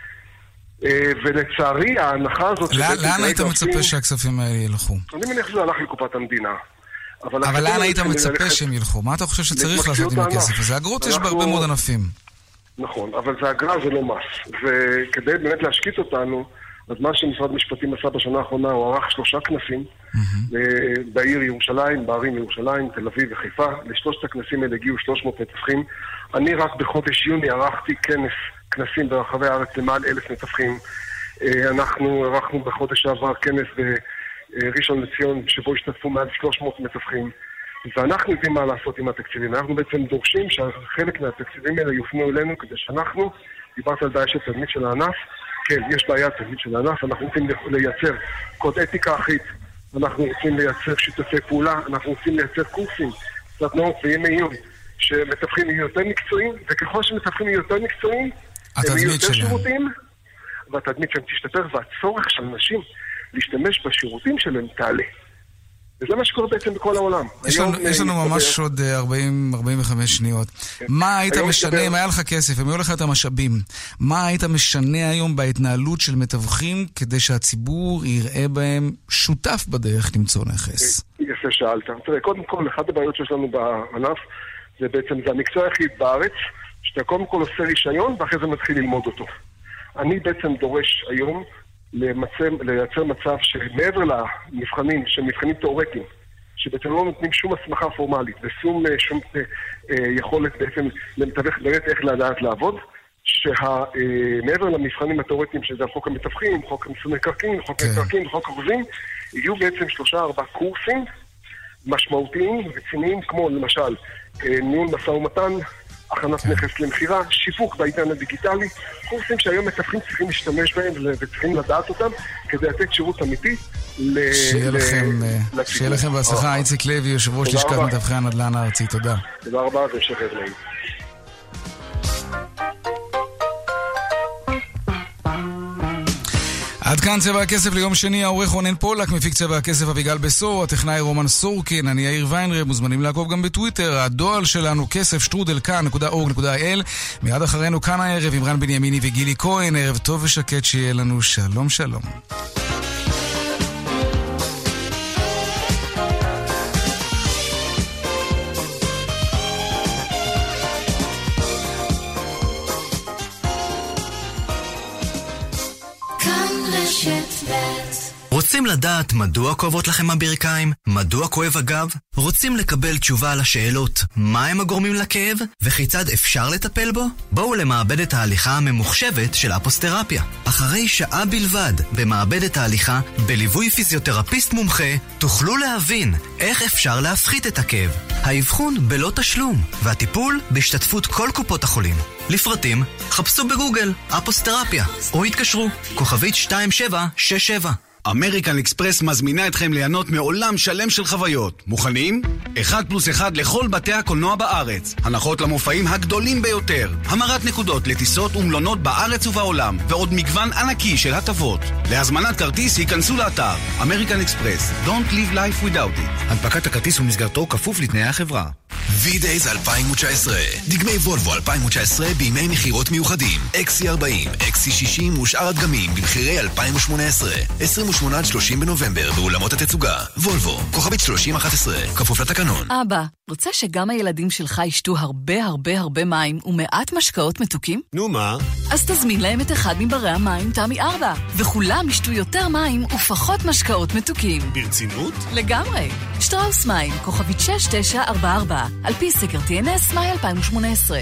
ולצערי ההנחה הזאת... לאן היית מצפה שהכספים האלה ילכו? אני מניח שזה הלך לקופת המדינה. אבל לאן היית מצפה שהם ילכו? מה אתה חושב שצריך לעשות עם הכסף הזה? אגרות יש בהרבה מאוד ענפים. נכון, אבל זה אגרה, זה לא מס. וכדי באמת להשקיט אותנו, אז מה שמשרד המשפטים עשה בשנה האחרונה, הוא ערך שלושה כנסים בעיר ירושלים, בערים ירושלים, תל אביב וחיפה. לשלושת הכנסים האלה הגיעו שלוש מאות מתווכים. אני רק בחודש יוני ערכתי כנס, כנסים ברחבי הארץ למעל אלף מתווכים. אנחנו ערכנו בחודש העבר כנס בראשון לציון, שבו השתתפו מעל שלוש מאות מתווכים. ואנחנו יודעים מה לעשות עם התקציבים. אנחנו בעצם דורשים שחלק מהתקציבים האלה יופנו אלינו, כדי שאנחנו, דיברת על בעיה של תדמית של הענף, כן, יש בעיה תדמית של הענף, אנחנו רוצים לייצר קוד אתיקה אחיד, אנחנו רוצים לייצר שיתופי פעולה, אנחנו רוצים לייצר קורסים, סדנאות וימי עיון, שמתווכים יהיו יותר מקצועיים, וככל שמתווכים יהיו יותר מקצועיים, הם יהיו יותר שירותים, והתדמית שלהם תשתפר, והצורך של אנשים להשתמש בשירותים שלהם תעלה. וזה מה שקורה בעצם בכל העולם. יש לנו, יש לנו ממש עוד ארבעים ארבעים וחמש שניות. כן. מה היית משנה, אם היה לך כסף, אם היו לך את המשאבים, מה היית משנה היום בהתנהלות של מתווכים, כדי שהציבור יראה בהם שותף בדרך למצוא נכס? יפה שאלת. תראה, קודם כל, אחת הבעיות שיש לנו בענף, זה בעצם, זה המקצוע היחיד בארץ, שאתה קודם כל עושה רישיון, ואחרי זה מתחיל ללמוד אותו. אני בעצם דורש היום, למצב, לייצר מצב שמעבר למבחנים, שהם מבחנים תיאורטיים, שבעצם לא נותנים שום הסמכה פורמלית ושום שום, אה, אה, יכולת בעצם למתווך באמת איך לדעת לעבוד, שמעבר למבחנים התיאורטיים שזה חוק המתווכים, חוק מיסוי מקרקעין, חוק מקרקעין, חוק החוזים, יהיו בעצם שלושה ארבע קורסים משמעותיים ורציניים, כמו למשל אה, ניהול משא ומתן, הכנת נכס למחירה, שיווק בעידן הדיגיטלי, קורסים שהיום מתווכים צריכים להשתמש בהם וצריכים לדעת אותם כדי לתת שירות אמיתי לציבור. שיהיה לכם בהצלחה. איציק לוי, יושב ראש לשכת מתווכי הנדל"ן הארצי. תודה. תודה רבה והמשך נעים. עד כאן צבע הכסף ליום שני, העורך רונן פולק, מפיק צבע הכסף אביגל בסור, הטכנאי רומן סורקין, אני יאיר ויינרב, מוזמנים לעקוב גם בטוויטר, הדואל שלנו כסף שטרודל כאן נקודה אורג נקודה איי אל, מיד אחרינו כאן הערב עם רן בנימיני וגילי כהן, ערב טוב ושקט שיהיה לנו, שלום שלום. רוצים לדעת מדוע כואבות לכם הברכיים? מדוע כואב הגב? רוצים לקבל תשובה על השאלות מה הם הגורמים לכאב וכיצד אפשר לטפל בו? בואו למעבדת ההליכה הממוחשבת של אפוסטרפיה. אחרי שעה בלבד במעבדת ההליכה, בליווי פיזיותרפיסט מומחה, תוכלו להבין איך אפשר להפחית את הכאב. האבחון בלא תשלום, והטיפול בהשתתפות כל קופות החולים. לפרטים, חפשו בגוגל אפוסטרפיה, או התקשרו, כוכבית שתיים שבע שש שבע. אמריקן אקספרס מזמינה אתכם ליהנות מעולם שלם של חוויות. מוכנים? אחד פלוס אחד לכל בתי הקולנוע בארץ. הנחות למופעים הגדולים ביותר. המרת נקודות לטיסות ומלונות בארץ ובעולם. ועוד מגוון ענקי של הטבות. להזמנת כרטיס ייכנסו לאתר. אמריקן אקספרס. Don't live life without it. הנפקת הכרטיס ומסגרתו כפוף לתנאי החברה. V-Days אלפיים תשע עשרה. דגמי וולבו אלפיים תשע עשרה בימי מחירות מיוחדים. אקס סי ארבעים, אקס סי שישים ושאר הדגמים במחירי אלפיים שמונה עשרה. עשרים ושמונה עד שלושים בנובמבר באולמות התצוגה. וולבו, כוכבית שלושים אחת עשרה, כפוף לתקנון. אבא, רוצה שגם הילדים שלך ישתו הרבה הרבה הרבה מים ומעט משקאות מתוקים? נו מה? אז תזמין להם את אחד מברי המים תמי ארבע, וכולם ישתו יותר מים ופחות משקאות מתוקים. ברצינות? לגמרי. שטראוס מים, כוכבית שש תשע ארבע ארבע, על פי סקר טי אן אס מאי אלפיים שמונה עשרה.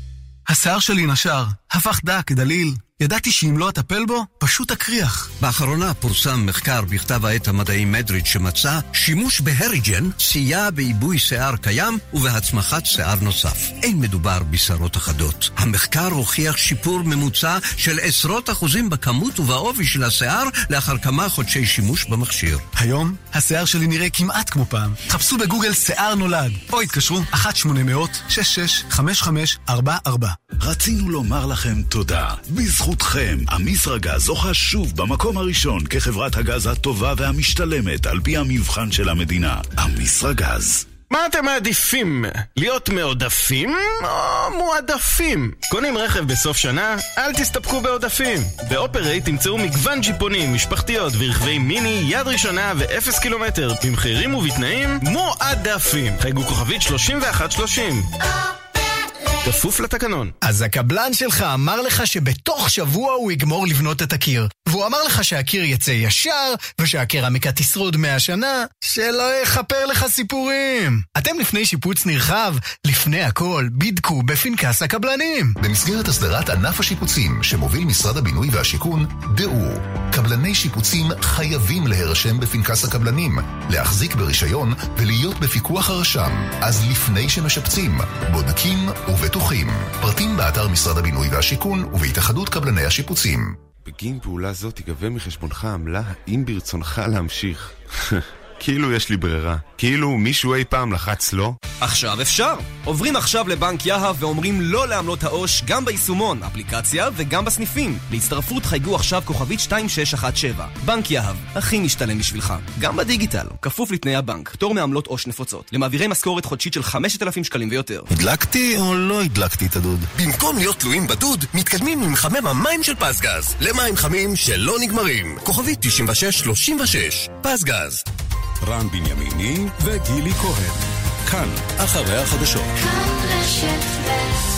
השיער שלי נשר, הפך דק, דליל. ידעתי שאם לא אטפל בו, פשוט אקריח. באחרונה פורסם מחקר בכתב העת המדעי מדריד שמצא שימוש בהריג'ן סייע בעיבוי שיער קיים ובהצמחת שיער נוסף. אין מדובר בשערות אחדות. המחקר הוכיח שיפור ממוצע של עשרות אחוזים בכמות ובעובי של השיער לאחר כמה חודשי שימוש במכשיר. היום השיער שלי נראה כמעט כמו פעם. חפשו בגוגל שיער נולד או התקשרו אחת שמונה אפס אפס שש שש חמש חמש ארבע ארבע. רצינו לומר לכם תודה. בזכותכם, המסרגז זוכה שוב במקום הראשון כחברת הגז הטובה והמשתלמת על פי המבחן של המדינה. המסרגז. מה אתם מעדיפים? להיות מעודפים או מועדפים? קונים רכב בסוף שנה? אל תסתפקו בעודפים. באופרייט תמצאו מגוון ג'יפונים, משפחתיות ורכבי מיני יד ראשונה ואפס קילומטר במחירים ובתנאים מועדפים. חייגו כוכבית שלושים ואחת שלושים. כפוף לתקנון. אז הקבלן שלך אמר לך שבתוך שבוע הוא יגמור לבנות את הקיר. והוא אמר לך שהקיר יצא ישר, ושהקרמיקה תשרוד מאה שנה, שלא יחפר לך סיפורים. אתם לפני שיפוץ נרחב, לפני הכל, בדקו בפנקס הקבלנים. במסגרת הסדרת ענף השיפוצים שמוביל משרד הבינוי והשיכון, דעו, קבלני שיפוצים חייבים להירשם בפנקס הקבלנים, להחזיק ברישיון ולהיות בפיקוח הרשם. אז לפני שמשפצים, בודקים ובטוחים. פרטים באתר משרד הבינוי והשיכון ובהתאחדות קבלני השיפוצים. בגין פעולה זאת תיגבה מחשבונך עמלה, האם ברצונך להמשיך? כאילו יש לי ברירה. כאילו מישהו אי פעם לחץ לא? עכשיו אפשר. עוברים עכשיו לבנק יהב ואומרים לא לעמלות העו"ש גם ביישומון, אפליקציה וגם בסניפים. להצטרפות חייגו עכשיו כוכבית שתיים שש אחת שבע. בנק יהב, הכי משתלם בשבילך. גם בדיגיטל, כפוף לתנאי הבנק. פטור מעמלות עו"ש נפוצות. למעבירי משכורת חודשית של חמשת אלפים שקלים ויותר. הדלקתי או לא הדלקתי את הדוד? במקום להיות תלויים בדוד, מתקדמים עם מחמם המים של פסגז. למים חמים שלא נגמרים. כוכבית תשעים ושש שלושים ושש. פסגז. רן בנימיני וגילי כהן. כאן, אחרי החדשות. כאן רשת ב'